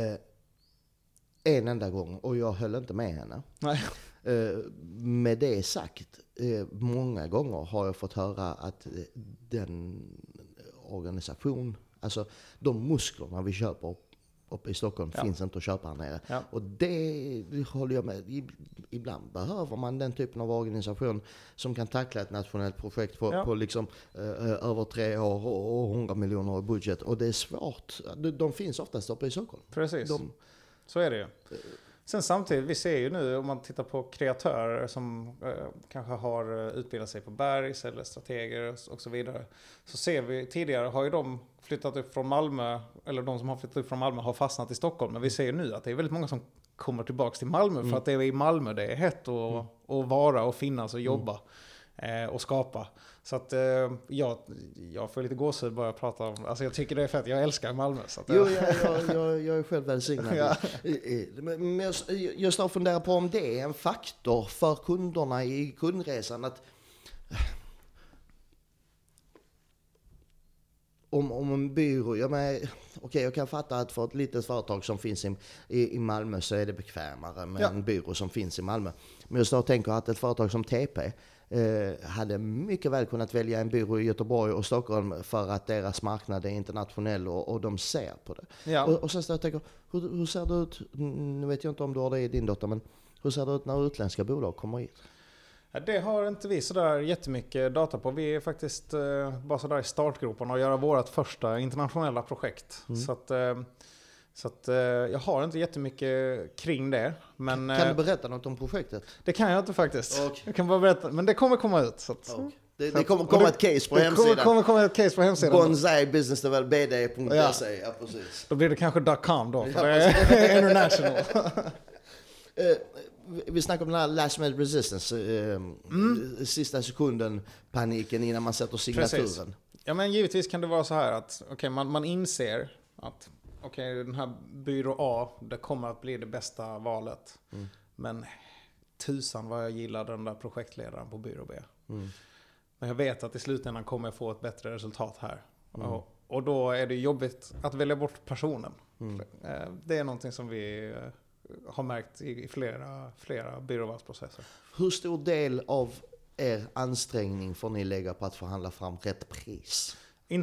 En enda gång, och jag höll inte med henne. Nej. Med det sagt, många gånger har jag fått höra att den organisation, alltså de musklerna vi köper uppe i Stockholm finns inte att köpa här nere. Ja. Och det håller jag med. Ibland behöver man den typen av organisation som kan tackla ett nationellt projekt på liksom, över 3 år och 100 miljoner i budget. Och det är svårt. De finns oftast uppe i Stockholm. Precis. Så är det ju. Sen samtidigt, vi ser ju nu om man tittar på kreatörer som kanske har utbildat sig på Bergs eller strateger och så vidare. Så ser vi, tidigare har ju de flyttat upp från Malmö, eller de som har flyttat upp från Malmö har fastnat i Stockholm. Men vi ser ju nu att det är väldigt många som kommer tillbaka till Malmö för att det är i Malmö det är hett att vara och finnas och jobba och skapa. Så att jag får lite gåshud bara prata om. Alltså jag tycker det är fett. Jag älskar Malmö. Så att jag är själv välsignad. Ja. Men jag står och funderar på om det är en faktor för kunderna i kundresan att om en byrå, jag kan fatta att för ett litet företag som finns i Malmö så är det bekvämare med en byrå som finns i Malmö. Men jag står och tänker att ett företag som TP hade mycket väl kunnat välja en byrå i Göteborg och Stockholm för att deras marknad är internationell och de ser på det. Ja. Och sen står jag och tänker, hur ser det ut, nu vet jag inte om du har det i din dotter, men hur ser det ut när utländska bolag kommer hit? Ja, det har inte vi sådär jättemycket data på. Vi är faktiskt bara sådär i startgroparna och göra vårt första internationella projekt. Så att jag har inte jättemycket kring det. Men, kan du berätta något om projektet? Det kan jag inte faktiskt. Okay. Jag kan bara berätta, men det kommer komma ut. Så att, det kommer komma ett case på hemsidan. Det kommer komma ett case på hemsidan. Bonsai Business Development BD.se. Ja, precis. Då blir det kanske .com då, för det är international. Vi snackar om den här last minute resistance. Sista sekunden paniken innan man sätter signaturen. Precis. Ja, men givetvis kan det vara så här att man inser att den här byrå A, det kommer att bli det bästa valet. Men tusan vad jag gillar den där projektledaren på byrå B. Men jag vet att i slutändan kommer jag få ett bättre resultat här. Och då är det jobbigt att välja bort personen. Det är någonting som vi har märkt i flera byråvalsprocesser. Hur stor del av er ansträngning får ni lägga på att förhandla fram rätt pris?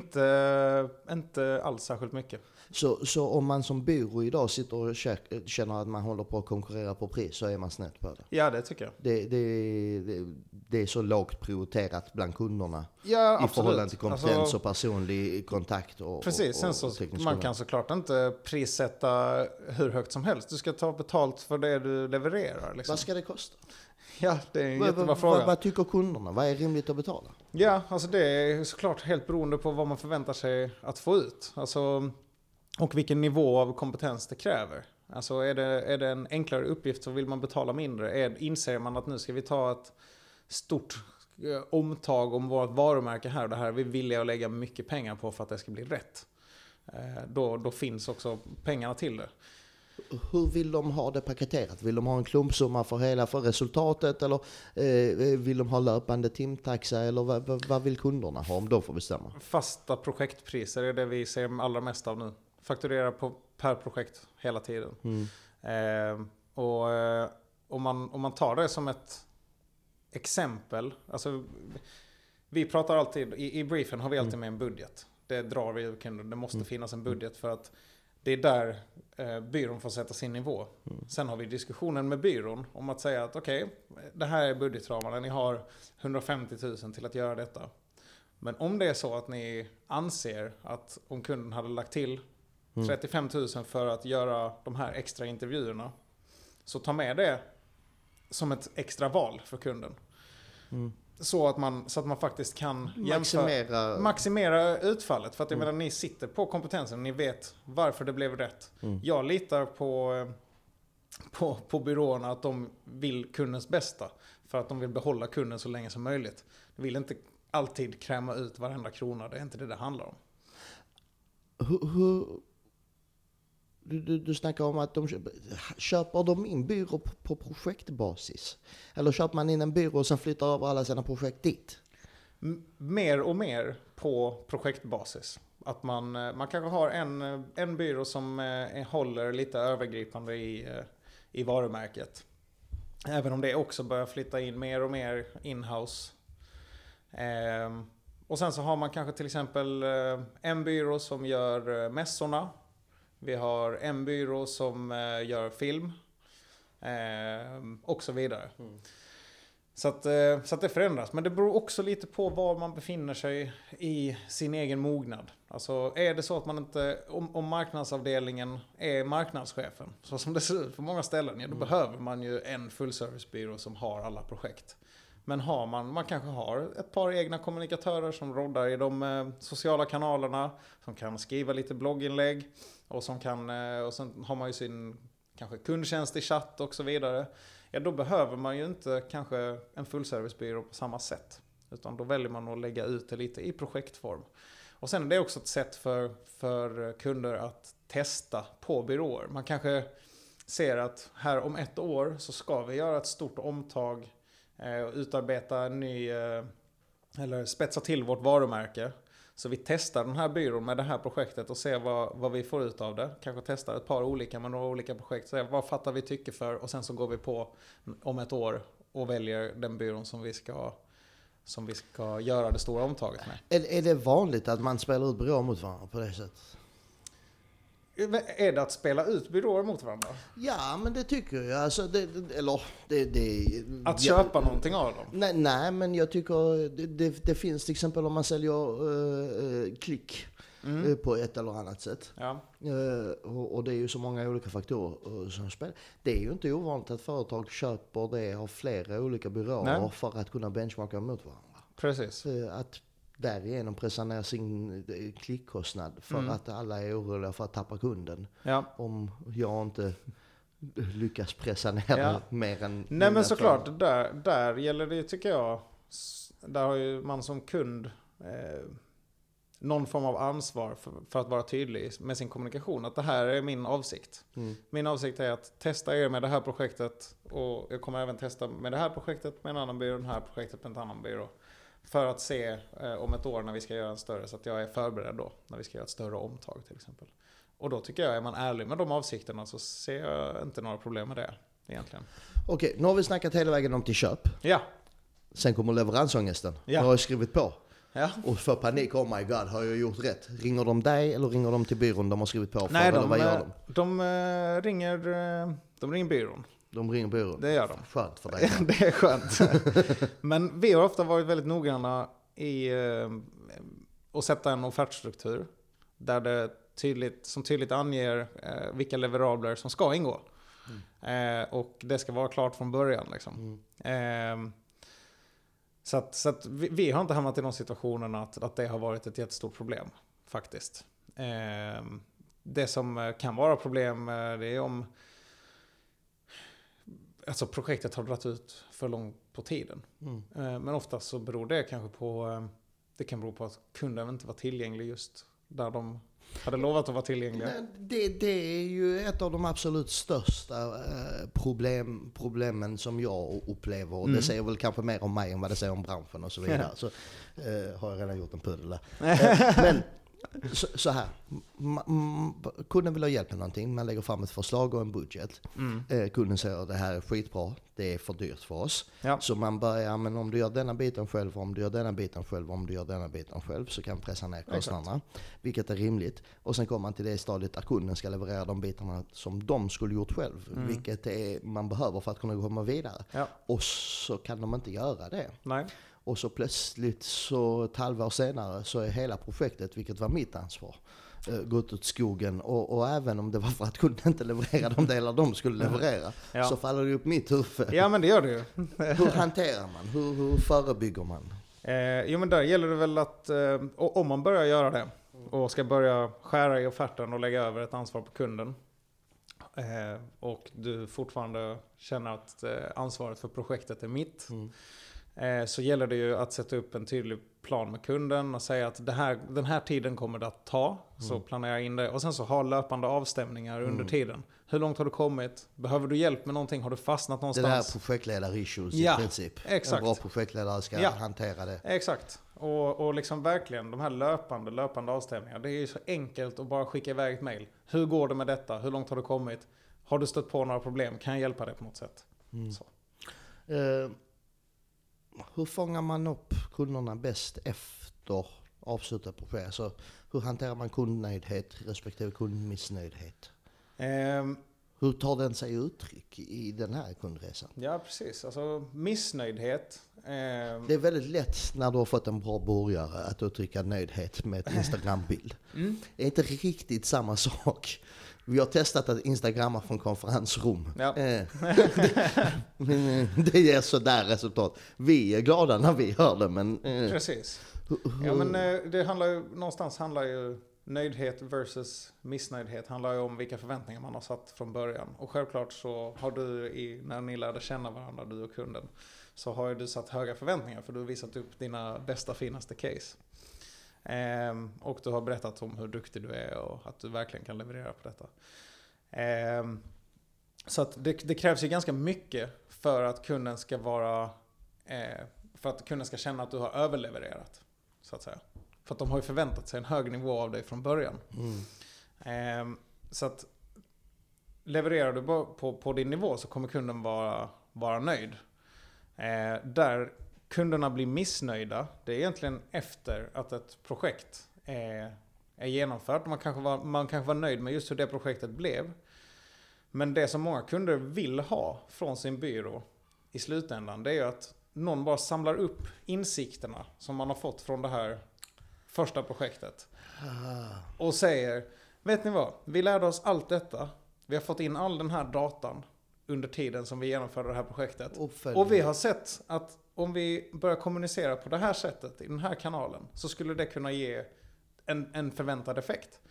Inte alls särskilt mycket. Så om man som byrå idag sitter och känner att man håller på att konkurrera på pris, så är man snett på det? Ja, det tycker jag. Det är så lågt prioriterat bland kunderna i förhållande till kompetens och personlig kontakt. Precis, sen så man kan såklart inte prissätta hur högt som helst. Du ska ta betalt för det du levererar. Liksom. Vad ska det kosta? Ja, det är en jättebra fråga. Vad tycker kunderna? Vad är rimligt att betala? Ja, alltså det är såklart helt beroende på vad man förväntar sig att få ut. Alltså, och vilken nivå av kompetens det kräver. Alltså är det en enklare uppgift så vill man betala mindre. Inser man att nu ska vi ta ett stort omtag om vårt varumärke här och det här vi vill att lägga mycket pengar på för att det ska bli rätt. Då finns också pengarna till det. Hur vill de ha det paketerat? Vill de ha en klumpsumma för resultatet, eller vill de ha löpande timtaxa, eller vad vill kunderna ha om de får bestämma? Fasta projektpriser är det vi ser allra mest av nu. Fakturera per projekt hela tiden. Och om man tar det som ett exempel, alltså vi pratar alltid, i briefen har vi alltid med en budget. Det drar vi ur kunden. Det måste finnas en budget för att det är där byrån får sätta sin nivå. Sen har vi diskussionen med byrån om att säga att okej, det här är budgetramarna. Ni har 150 000 till att göra detta. Men om det är så att ni anser att om kunden hade lagt till 35 000 för att göra de här extra intervjuerna, så ta med det som ett extra val för kunden. Så att man faktiskt kan maximera utfallet. För att jag menar, ni sitter på kompetensen, ni vet varför det blev rätt. Jag litar på byråerna att de vill kundens bästa. För att de vill behålla kunden så länge som möjligt. De vill inte alltid kräma ut varenda krona, det är inte det handlar om. Du snackar om att köper de in byrå på projektbasis? Eller köper man in en byrå och sen flyttar över alla sina projekt dit? Mer och mer på projektbasis. Att man kanske har en byrå som håller lite övergripande i varumärket. Även om det också börjar flytta in mer och mer in-house. Och sen så har man kanske till exempel en byrå som gör mässorna. Vi har en byrå som gör film. Och så vidare. Så att det förändras. Men det beror också lite på var man befinner sig i sin egen mognad. Alltså är det så att man inte, om marknadsavdelningen är marknadschefen, så som det ser ut på många ställen, ja, då behöver man ju en fullservicebyrå som har alla projekt. Men man kanske har ett par egna kommunikatörer som roddar i de sociala kanalerna, som kan skriva lite blogginlägg och sen har man ju sin kanske kundtjänst i chatt och så vidare. Ja, då behöver man ju inte kanske en fullservicebyrå på samma sätt. Utan då väljer man att lägga ut det lite i projektform. Och sen är det också ett sätt för kunder att testa på byråer. Man kanske ser att här om 1 år så ska vi göra ett stort omtag och utarbeta en ny, eller spetsa till vårt varumärke. Så vi testar den här byrån med det här projektet och ser vad vi får ut av det. Kanske testar ett par olika med några olika projekt. Så vad fattar vi tycker för, och sen så går vi på om 1 år och väljer den byrån som vi ska göra det stora omtaget med. Är det vanligt att man spelar ut byråer mot varandra på det sättet? Är det att spela ut byråer mot varandra? Ja, men det tycker jag. Alltså, att köpa någonting av dem? Nej, men jag tycker det finns till exempel om man säljer klick på ett eller annat sätt. Ja. Och det är ju så många olika faktorer som spelar. Det är ju inte ovanligt att företag köper det av flera olika byråer för att kunna benchmarka mot varandra. Precis. Att därigenom pressa ner sin klickkostnad för att alla är oroliga för att tappa kunden. Ja. Om jag inte lyckas pressa ner mer än... Nej, men såklart, där gäller det, tycker jag, där har ju man som kund någon form av ansvar för att vara tydlig med sin kommunikation. Att det här är min avsikt. Min avsikt är att testa er med det här projektet, och jag kommer även testa med det här projektet med en annan byrå, det här projektet med en annan byrå. För att se om 1 år när vi ska göra en större, så att jag är förberedd då när vi ska göra ett större omtag till exempel. Och då tycker jag, är man ärlig med de avsikterna så ser jag inte några problem med det egentligen. Okej, nu har vi snackat hela vägen om till köp. Ja. Sen kommer leveransångesten. Ja. Jag har skrivit på. Ja. Och för panik, oh my god, har jag gjort rätt? Ringer de dig eller ringer de till byrån de har skrivit på för? Nej, eller vad gör de ringer byrån. De ringer byrån? Det gör de. Skönt för dig. Det är skönt. Men vi har ofta varit väldigt noggranna i att sätta en offertstruktur där det tydligt anger vilka leverabler som ska ingå. Och det ska vara klart från början. Liksom. Så att vi har inte hamnat i de situationerna att det har varit ett jättestort problem faktiskt. Det som kan vara problem det är om alltså projektet har dragit ut för långt på tiden. Men ofta så beror det kanske på det kan bero på att kunden inte var tillgänglig just där de hade lovat att vara tillgängliga. Det är ju ett av de absolut största problemen som jag upplever. Och det säger väl kanske mer om mig än vad det säger om branschen och så vidare. Så har jag redan gjort en puddel där. Men så här. Kunden vill ha hjälp med någonting. Man lägger fram ett förslag och en budget. Kunden säger att det här är skitbra. Det är för dyrt för oss. Ja. Så man börjar, men om du gör denna biten själv, om du gör denna biten själv, om du gör denna biten själv, så kan vi pressa ner kostnaderna. Vilket är rimligt. Och sen kommer man till det stadiet att kunden ska leverera de bitarna som de skulle gjort själv. Vilket är man behöver för att kunna komma vidare. Ja. Och så kan de inte göra det. Nej. Och så plötsligt så ett halvår senare så är hela projektet, vilket var mitt ansvar, gått åt skogen. Och även om det var för att kunden inte levererade de delar de skulle leverera, så faller det upp mitt huvud. Ja, men det gör det ju. Hur hanterar man? Hur förebygger man? Jo, men där gäller det väl att om man börjar göra det och ska börja skära i offerten och lägga över ett ansvar på kunden och du fortfarande känner att ansvaret för projektet är mitt, så gäller det ju att sätta upp en tydlig plan med kunden och säga att den här tiden kommer det att ta, så planera in det. Och sen så ha löpande avstämningar under tiden. Hur långt har du kommit? Behöver du hjälp med någonting? Har du fastnat någonstans? Det där projektledar-issues i princip. Exakt. En bra projektledare ska hantera det. Exakt. Och liksom verkligen de här löpande avstämningar. Det är ju så enkelt att bara skicka iväg ett mejl. Hur går det med detta? Hur långt har du kommit? Har du stött på några problem? Kan jag hjälpa dig på något sätt? Så. Hur fångar man upp kunderna bäst efter avslutat projekt? Alltså, hur hanterar man kundnöjdhet respektive kundmissnöjdhet? Hur tar den sig uttryck i den här kundresan? Ja, precis. Alltså missnöjdhet. Det är väldigt lätt när du har fått en bra burgare att uttrycka nöjdhet med ett Instagram-bild. Det är inte riktigt samma sak. Vi har testat att instagramma från konferensrum. Ja. Det ger sådär resultat. Vi är glada när vi hör det, men... Precis. Ja, men det handlar ju nöjdhet versus missnöjdhet handlar ju om vilka förväntningar man har satt från början. Och självklart så har du när ni lärde känna varandra, du och kunden, så har ju du satt höga förväntningar för du har visat upp dina bästa, finaste case. Och du har berättat om hur duktig du är och att du verkligen kan leverera på detta. Så att det krävs ju ganska mycket för att kunden ska känna att du har överlevererat, så att säga. För att de har ju förväntat sig en hög nivå av dig från början. Så att levererar du på din nivå så kommer kunden vara nöjd. Där kunderna blir missnöjda, det är egentligen efter att ett projekt är genomfört. Man kanske var nöjd med just hur det projektet blev. Men det som många kunder vill ha från sin byrå i slutändan, det är ju att någon bara samlar upp insikterna som man har fått från det här första projektet. Och säger, vet ni vad? Vi lärde oss allt detta. Vi har fått in all den här datan under tiden som vi genomförde det här projektet. Och vi har sett att om vi börjar kommunicera på det här sättet i den här kanalen så skulle det kunna ge en förväntad effekt.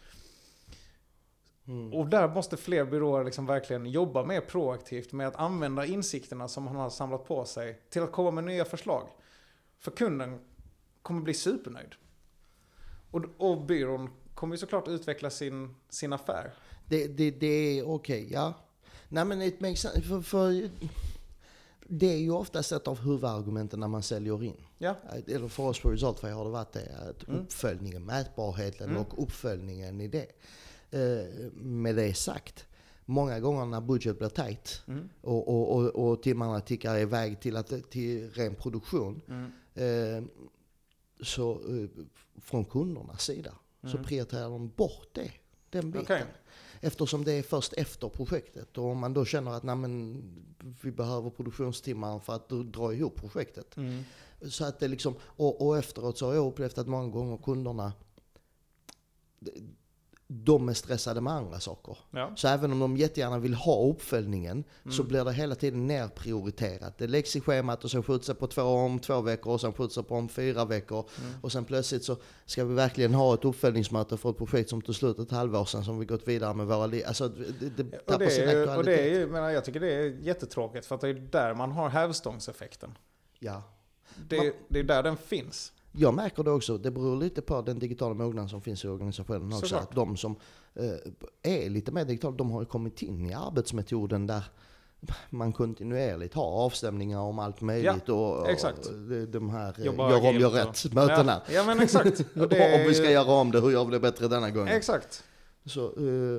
Och där måste fler byråer liksom verkligen jobba mer proaktivt med att använda insikterna som man har samlat på sig till att komma med nya förslag. För kunden kommer bli supernöjd. Och byrån kommer ju såklart utveckla sin affär. Det är okej, ja. Nej, men it makes sense, för det är ju oftast ett av huvudargumenten när man säljer in. Ja. Eller för oss på Result har det varit det, att uppföljningen, mätbarheten och uppföljningen i det. Med det sagt, många gånger när budget blir tajt och timmarna tickar iväg till ren produktion, så från kundernas sida så prioriterar de bort den biten. Okay. Eftersom det är först efter projektet, och om man då känner att vi behöver produktionstimmar för att dra ihop projektet. Så att det liksom, och efteråt så har jag upplevt att många gånger kunderna, de är stressade med andra saker. Ja. Så även om de jättegärna vill ha uppföljningen så blir det hela tiden nerprioriterat. Det läggs i schemat och sen skjuts det på om 2 veckor och sen skjuts det på om 4 veckor. Och sen plötsligt så ska vi verkligen ha ett uppföljningsmöte för ett projekt som tog slut ett halvår sedan som vi gått vidare med våra liv. Alltså det tappar sin aktualitet. Och det är ju, men jag tycker det är jättetråkigt för att det är där man har hävstångseffekten. Ja. Det är där den finns. Jag märker det också, det beror lite på den digitala mognaden som finns i organisationen också. Att de som är lite mer digitala, de har ju kommit in i arbetsmetoden där man kontinuerligt har avstämningar om allt möjligt och de här gör rätt mötena. Ja men exakt. Och om vi ska göra om det, hur gör vi det bättre denna gången? Exakt. Så,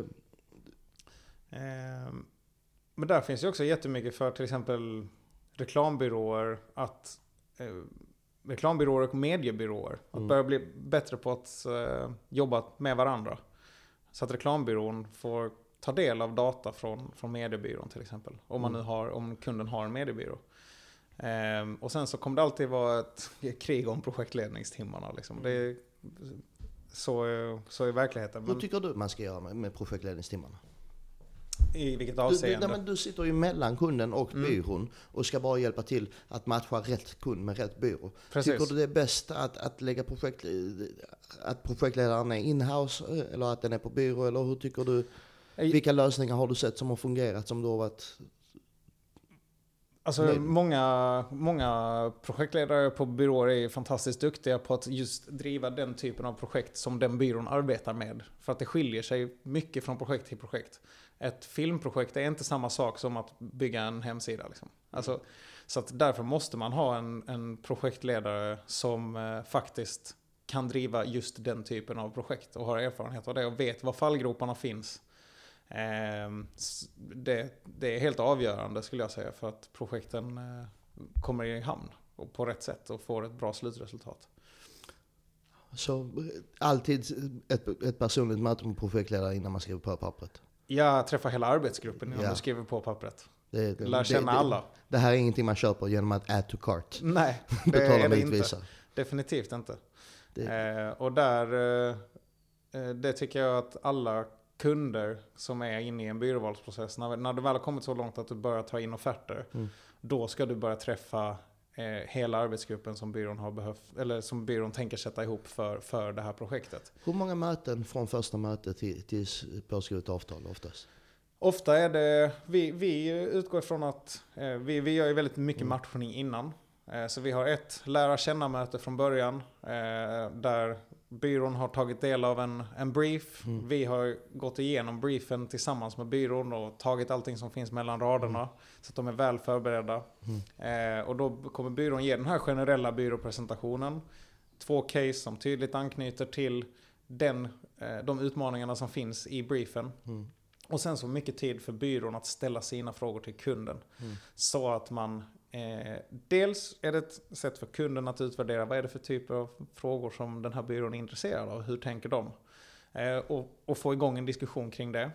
men där finns ju också jättemycket för till exempel reklambyråer reklambyråer och mediebyråer. Att börja bli bättre på att jobba med varandra. Så att reklambyrån får ta del av data från mediebyrån till exempel. Om kunden har en mediebyrå. Och sen så kommer det alltid vara ett krig om projektledningstimmarna. Liksom. Det är så är verkligheten. Hur tycker du man ska göra med projektledningstimmarna? I vilket avseende? Du sitter ju mellan kunden och byrån och ska bara hjälpa till att matcha rätt kund med rätt byrå. Precis. Tycker du det är bäst att lägga att projektledaren är in-house eller att den är på byrå? Eller hur tycker du? Vilka lösningar har du sett som har fungerat som du har varit? Alltså många projektledare på byråer är fantastiskt duktiga på att just driva den typen av projekt som den byrån arbetar med. För att det skiljer sig mycket från projekt till projekt. Ett filmprojekt är inte samma sak som att bygga en hemsida. Liksom. Alltså, så att därför måste man ha en projektledare som faktiskt kan driva just den typen av projekt och har erfarenhet av det och vet var fallgroparna finns. Det är helt avgörande skulle jag säga för att projekten kommer i hamn och på rätt sätt och får ett bra slutresultat. Så alltid ett personligt möte med projektledare innan man skriver på pappret? Jag träffar hela arbetsgruppen innan du skriver på pappret. Lär känna alla. Det här är ingenting man köper genom att add to cart. Nej, det är det inte. Definitivt inte. Och det tycker jag att alla kunder som är inne i en byråvalsprocess, när du väl har kommit så långt att du börjar ta in offerter, då ska du börja träffa hela arbetsgruppen som byrån har behövt, eller som byrån tänker sätta ihop för det här projektet. Hur många möten från första mötet till påskrivet avtal oftast? Ofta är det, vi utgår ifrån att vi gör ju väldigt mycket matchning innan. Så vi har ett lära känna-möte från början där byrån har tagit del av en brief. Vi har gått igenom briefen tillsammans med byrån och tagit allting som finns mellan raderna så att de är väl förberedda. Och då kommer byrån ge den här generella byråpresentationen. 2 case som tydligt anknyter till de utmaningarna som finns i briefen. Och sen så mycket tid för byrån att ställa sina frågor till kunden. Så att man dels är det ett sätt för kunden att utvärdera vad är det för typer av frågor som den här byrån är intresserad av. Hur tänker de? Och få igång en diskussion kring det.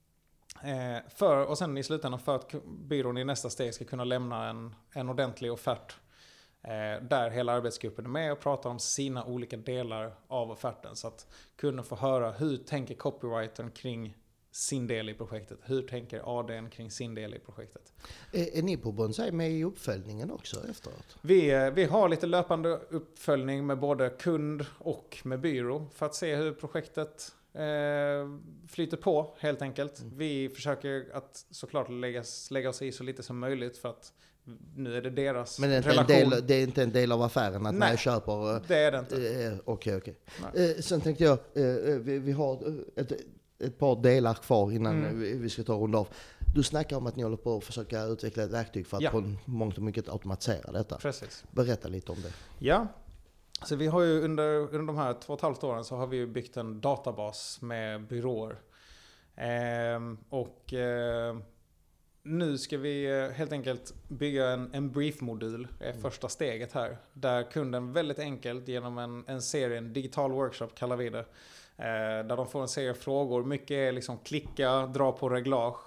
Och sen i slutändan för att byrån i nästa steg ska kunna lämna en ordentlig offert. Där hela arbetsgruppen är med och pratar om sina olika delar av offerten. Så att kunden får höra hur tänker copywritern kring sin del i projektet. Hur tänker ADn kring sin del i projektet? Är ni på Bonsai med i uppföljningen också efteråt? Vi har lite löpande uppföljning med både kund och med byrå för att se hur projektet flyter på helt enkelt. Vi försöker att såklart lägga oss i så lite som möjligt för att nu är det deras relation. Men det är inte en del av affären att man köper? Det är det inte. Okej. Sen tänkte jag, vi har ett par delar kvar innan vi ska ta och runda av. Du snackar om att ni håller på att försöka utveckla ett verktyg för att på mångt och mycket automatisera detta. Precis. Berätta lite om det. Ja, så vi har ju under de här 2,5 åren så har vi ju byggt en databas med byråer Nu ska vi helt enkelt bygga en brief-modul, är första steget här. Där kunden väldigt enkelt genom en serie, en digital workshop kallar vi det. Där de får en serie frågor. Mycket är liksom klicka, dra på reglage.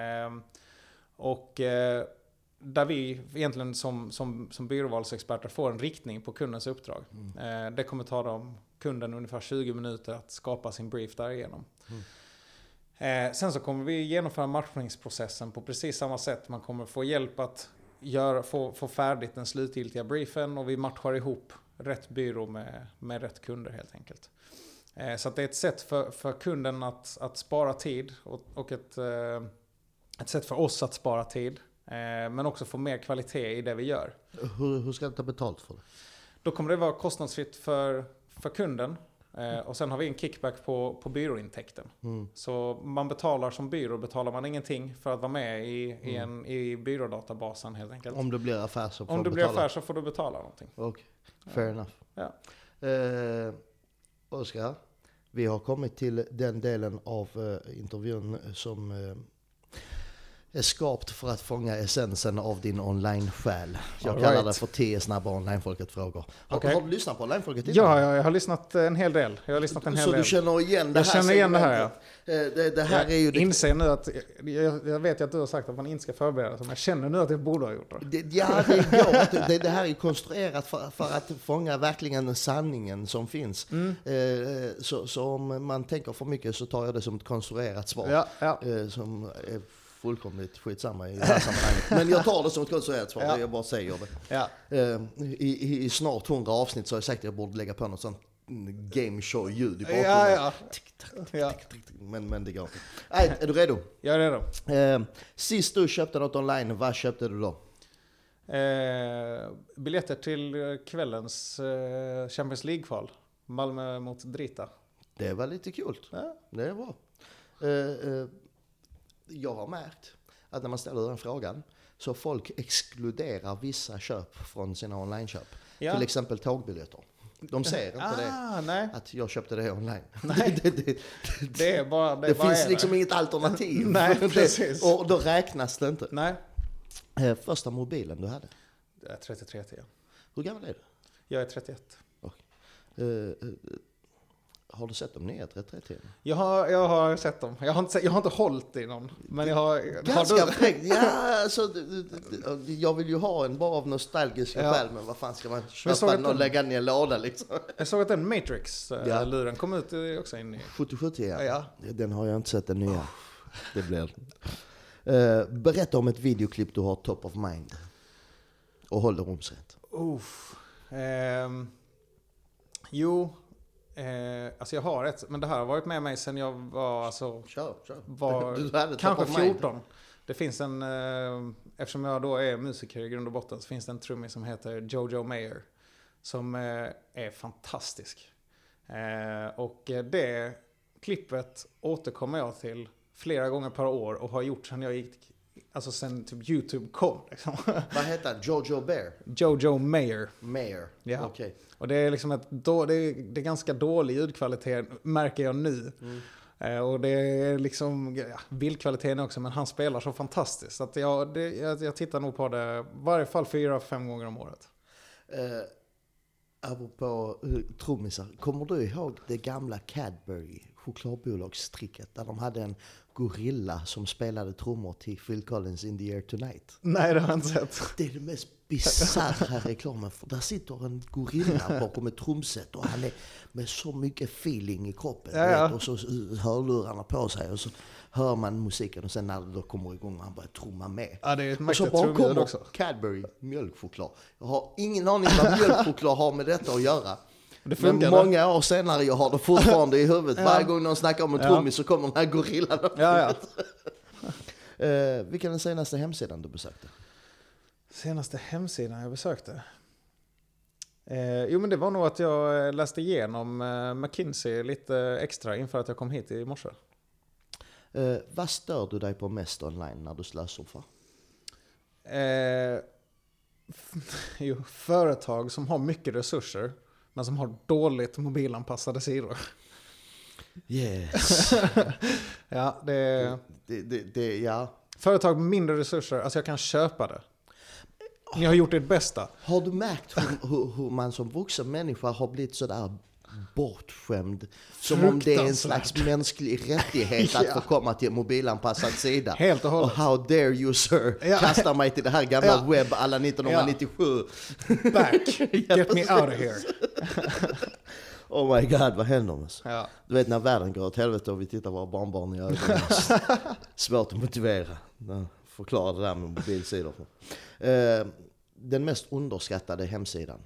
Där vi egentligen som byråvalsexperter får en riktning på kundens uppdrag. Det kommer ta kunden ungefär 20 minuter att skapa sin brief därigenom. Sen så kommer vi genomföra matchningsprocessen på precis samma sätt. Man kommer få hjälp att få färdigt den slutgiltiga briefen och vi matchar ihop rätt byrå med rätt kunder helt enkelt. Så att det är ett sätt för kunden att spara tid och ett sätt för oss att spara tid. Men också få mer kvalitet i det vi gör. Hur ska du ta betalt för det? Då kommer det vara kostnadsfritt för kunden. Och sen har vi en kickback på byråintäkten. Så man betalar som byrå, betalar man ingenting för att vara med i byrådatabasen helt enkelt. Om det blir affär så får Om du det betala. blir affär så får du betala någonting. Okej, fair enough. Ja. Oskar, vi har kommit till den delen av intervjun som är skapt för att fånga essensen av din online-själ. Jag kallar det för 10 snabba online-folket-frågor. Har du lyssnat på online-folket innan? Ja, jag har lyssnat en hel del. Så du känner igen det här? Jag känner igen det här, ja. Det här är ju... Inser nu att, jag vet ju att du har sagt att man inte ska förbereda sig, men jag känner nu att jag borde ha gjort det. Det här är konstruerat för att fånga verkligen sanningen som finns. Så om man tänker för mycket så tar jag det som ett konstruerat svar. Som är fullkomligt skitsamma i det här sammanhanget. Men jag tar det som ett konstruerat svar, jag bara säger det. I snart 100 avsnitt så har jag sagt att jag borde lägga på något sånt game show ljud i bakgrunden. Men det går inte. Nej, är du redo? Jag är redo. Sist du köpte något online, vad köpte du då? Biljetter till kvällens Champions League-kval. Malmö mot Drita. Det var lite kul. Ja. Det är bra. Jag har märkt att när man ställer den frågan så folk exkluderar vissa köp från sina online-köp. Till exempel tågbiljetter. De ser inte nej. att jag köpte det online. Nej. Det är bara det finns liksom inget alternativ. Nej, precis. Och då räknas det inte. Nej. Första mobilen du hade? Det är 3310. Hur gammal är du? Jag är 31. Har du sett de nya 3310? Jag har sett dem. Jag har inte hållit i någon. Men jag har... Ganska fräckt. Ja, alltså, jag vill ju ha en bara av nostalgiska skäl, men vad fan ska man köpa den och lägga ner låda liksom? Jag såg att den Matrix-luren kom ut också in i... 7070, ja. Den har jag inte sett, den nya. Det blir... berätta om ett videoklipp du har top of mind. Och håll det rumsrätt. Alltså jag har ett, men det här har varit med mig sedan jag var Kör. Kanske 14. Det finns eftersom jag då är musiker i grund och botten, så finns det en trummis som heter Jojo Mayer som är fantastisk. Och det klippet återkommer jag till flera gånger per år och har gjort sedan jag gick, alltså sen typ YouTube kom liksom. Vad heter Jojo Bear? Jojo Mayer. Ja. Okay. Och det är liksom det är ganska dålig ljudkvalitet, märker jag nu. Och det är liksom bildkvaliteten också, men han spelar så fantastiskt. Så att jag tittar nog på det i varje fall 4-5 gånger om året. Apropå trummisar, kommer du ihåg det gamla Cadbury chokladbolagstricket där de hade en gorilla som spelade trummor till Phil Collins In the Air Tonight? Nej, det har jag inte sett. Det är det mest bizarra reklamen, för där sitter en gorilla bakom ett trumset och han är med så mycket feeling i kroppen. Och så hörlurarna på sig och så hör man musiken och sen när det då kommer igång han börjar trumma med. Ja, det är ett och så bara kommer också Cadbury mjölkchoklad. Jag har ingen aning vad mjölkchoklad har med detta att göra. Men många år senare jag har det fortfarande i huvudet. Varje gång någon snackar om en trummis så kommer den här gorillan upp. Vilken är den senaste hemsidan du besökte? Senaste hemsidan jag besökte? Men det var nog att jag läste igenom McKinsey lite extra inför att jag kom hit i morse. Vad stör du dig på mest online när du slösurfar? Företag som har mycket resurser men som har dåligt mobilanpassade sidor. Yes. Ja, ja. Företag med mindre resurser, alltså jag kan köpa det. Ni har gjort ert bästa. Har du märkt hur man som vuxen människa har blivit sådär bortskämd? Som om det är en slags mänsklig rättighet att få komma till en mobilanpassad sida. Helt och hållet. Och how dare you sir, kasta mig till det här gamla webb alla 1997. Back, get me out of here. Oh my god, vad händer med oss? Ja. Du vet när världen går åt helvete och vi tittar våra barnbarn i ögonen. Svårt att motivera. Förklara det där med mobilsidor. Den mest underskattade hemsidan?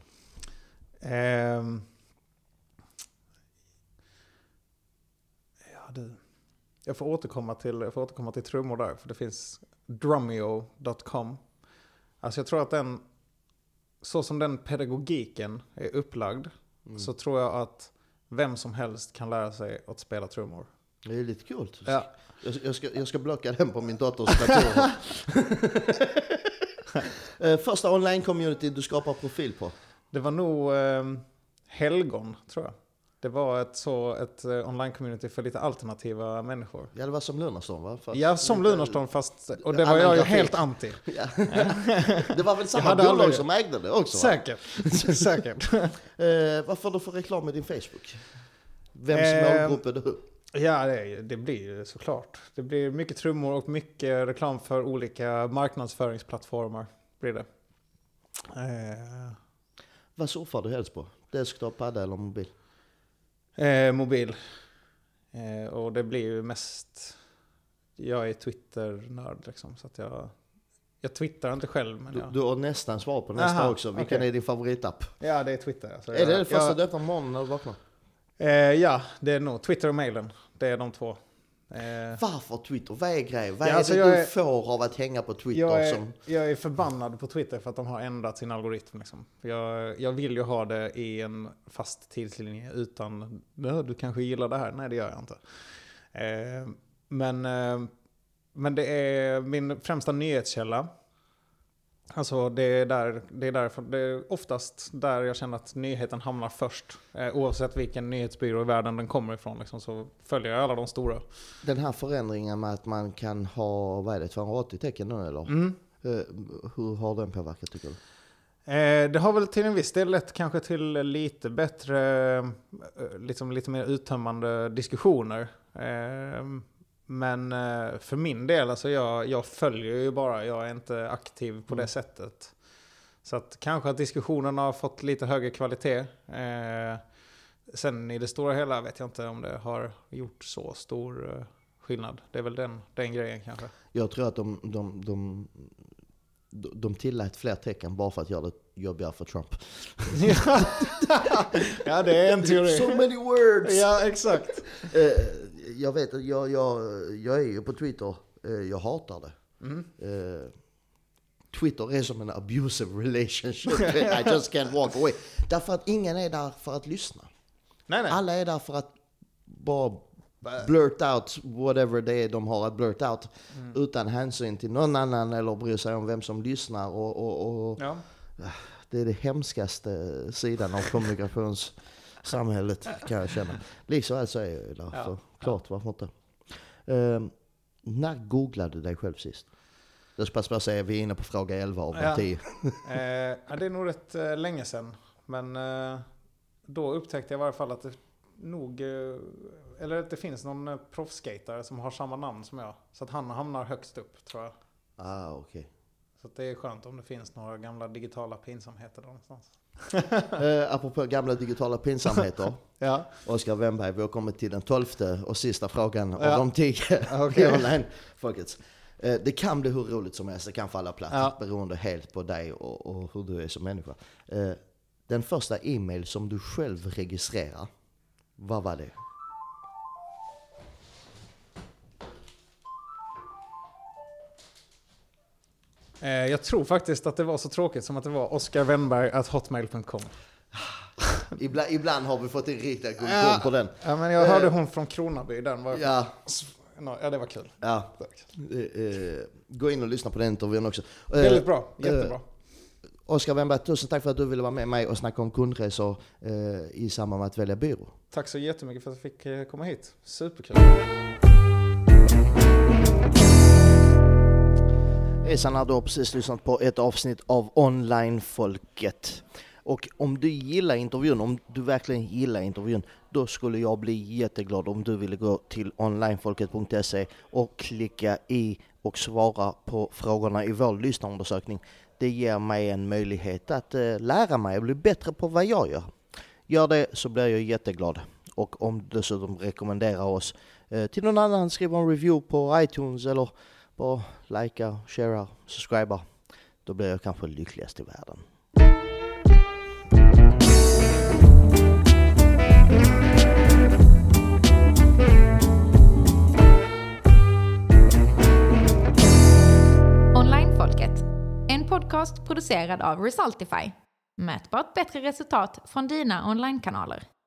Jag får återkomma till trummor där. För det finns Drumeo.com. Alltså jag tror att den, så som den pedagogiken är upplagd, så tror jag att vem som helst kan lära sig att spela trummor. Det är lite kul. Ja. Jag ska blocka den på min dotters dator. Första online-community du skapar profil på? Det var nog Helgon, tror jag. Det var ett online-community för lite alternativa människor. Ja, det var som Lunarstorm, va? Ja, som Lunarstorm, fast... Och det var jag ju helt anti. Ja. Det var väl samma bolag som ägde det också, va? Säkert. Vad får du för reklam i din Facebook? Vems målgrupp är du? Ja, det blir såklart. Det blir mycket trummor och mycket reklam för olika marknadsföringsplattformar. Blir det. Vad surfar du helst på? Desktop, padda eller mobil? Mobil. Och det blir ju mest... Jag är Twitter-nörd liksom, så att jag twittrar inte själv. Men du har nästan svar på nästa också. Vilken är din favoritapp? Ja, det är Twitter. Alltså, är det första du öppnar morgonen när du vaknar? Ja, det är nog Twitter och mailen. Det är de två. Varför Twitter? Vad är grejen? Vad är det du får av att hänga på Twitter? Jag är förbannad på Twitter för att de har ändrat sin algoritm. Liksom. Jag vill ju ha det i en fast tidslinje utan du kanske gillar det här. Nej, det gör jag inte. Men det är min främsta nyhetskälla. Alltså det är oftast där jag känner att nyheten hamnar först. Oavsett vilken nyhetsbyrå i världen den kommer ifrån liksom, så följer jag alla de stora. Den här förändringen med att man kan ha, vad är det, 280 tecken nu eller? Hur har den påverkat tycker du? Det har väl till en viss del lett kanske till lite bättre, liksom lite mer uttömmande diskussioner. Men för min del, alltså jag följer ju bara, jag är inte aktiv på det sättet. Så att kanske att diskussionerna har fått lite högre kvalitet. Sen i det stora hela vet jag inte om det har gjort så stor skillnad. Det är väl den grejen kanske. Jag tror att de tillät fler tecken bara för att göra det jobbigare för Trump. Ja, det är en teori. So many words! Ja, exakt. Jag vet att jag är ju på Twitter. Jag hatar det. Twitter är som en abusive relationship. I just can't walk away. Därför att ingen är där för att lyssna. Nej. Alla är där för att bara blurt out whatever det är de har att blurt out. Utan hänsyn till någon annan eller bry sig om vem som lyssnar. Och ja. Det är det hemskaste sidan av kommunikationssamhället kan jag känna. Liksom så är jag ju där. Så klart, varför inte? När googlade du dig själv sist? Jag ska bara säga, vi är inne på fråga 11 av 10. Det är nog rätt länge sedan. Men då upptäckte jag i varje fall att det nog... Eller att det finns någon proffsskatare som har samma namn som jag. Så att han hamnar högst upp, tror jag. Okej. Så att det är skönt om det finns några gamla digitala pinsamheter där någonstans. Apropå gamla digitala pinsamheter. Ja. Oskar Wennberg, vi har kommit till den 12:e och sista frågan av de 10 online folkets. Det kan bli hur roligt som helst, det kan falla platt beroende helt på dig och hur du är som människa. Den första e-mail som du själv registrerar, vad var det? Jag tror faktiskt att det var så tråkigt som att det var oskarwennberg@hotmail.com. Ibland har vi fått en riktigt god koll på den. Ja, men jag hörde hon från Kronaby. Den var ja, det var kul. Ja. Gå in och lyssna på den intervjun också. Väldigt bra, jättebra. Oskar Wennberg, tusen tack för att du ville vara med mig och snacka om kundresor i samband med att välja byrå. Tack så jättemycket för att jag fick komma hit. Superkul. Hejsan, du har precis lyssnat på ett avsnitt av Online-folket. Och om du gillar intervjun, om du verkligen gillar intervjun, då skulle jag bli jätteglad om du ville gå till onlinefolket.se och klicka i och svara på frågorna i vår lyssnarundersökning. Det ger mig en möjlighet att lära mig och bli bättre på vad jag gör. Gör det så blir jag jätteglad. Och om du dessutom rekommenderar oss till någon annan, skriver en review på iTunes eller bara likea, sharea, subscriba, då blir jag kanske lyckligast i världen. Onlinefolket. En podcast producerad av Resultify. Mätbart bättre resultat från dina onlinekanaler.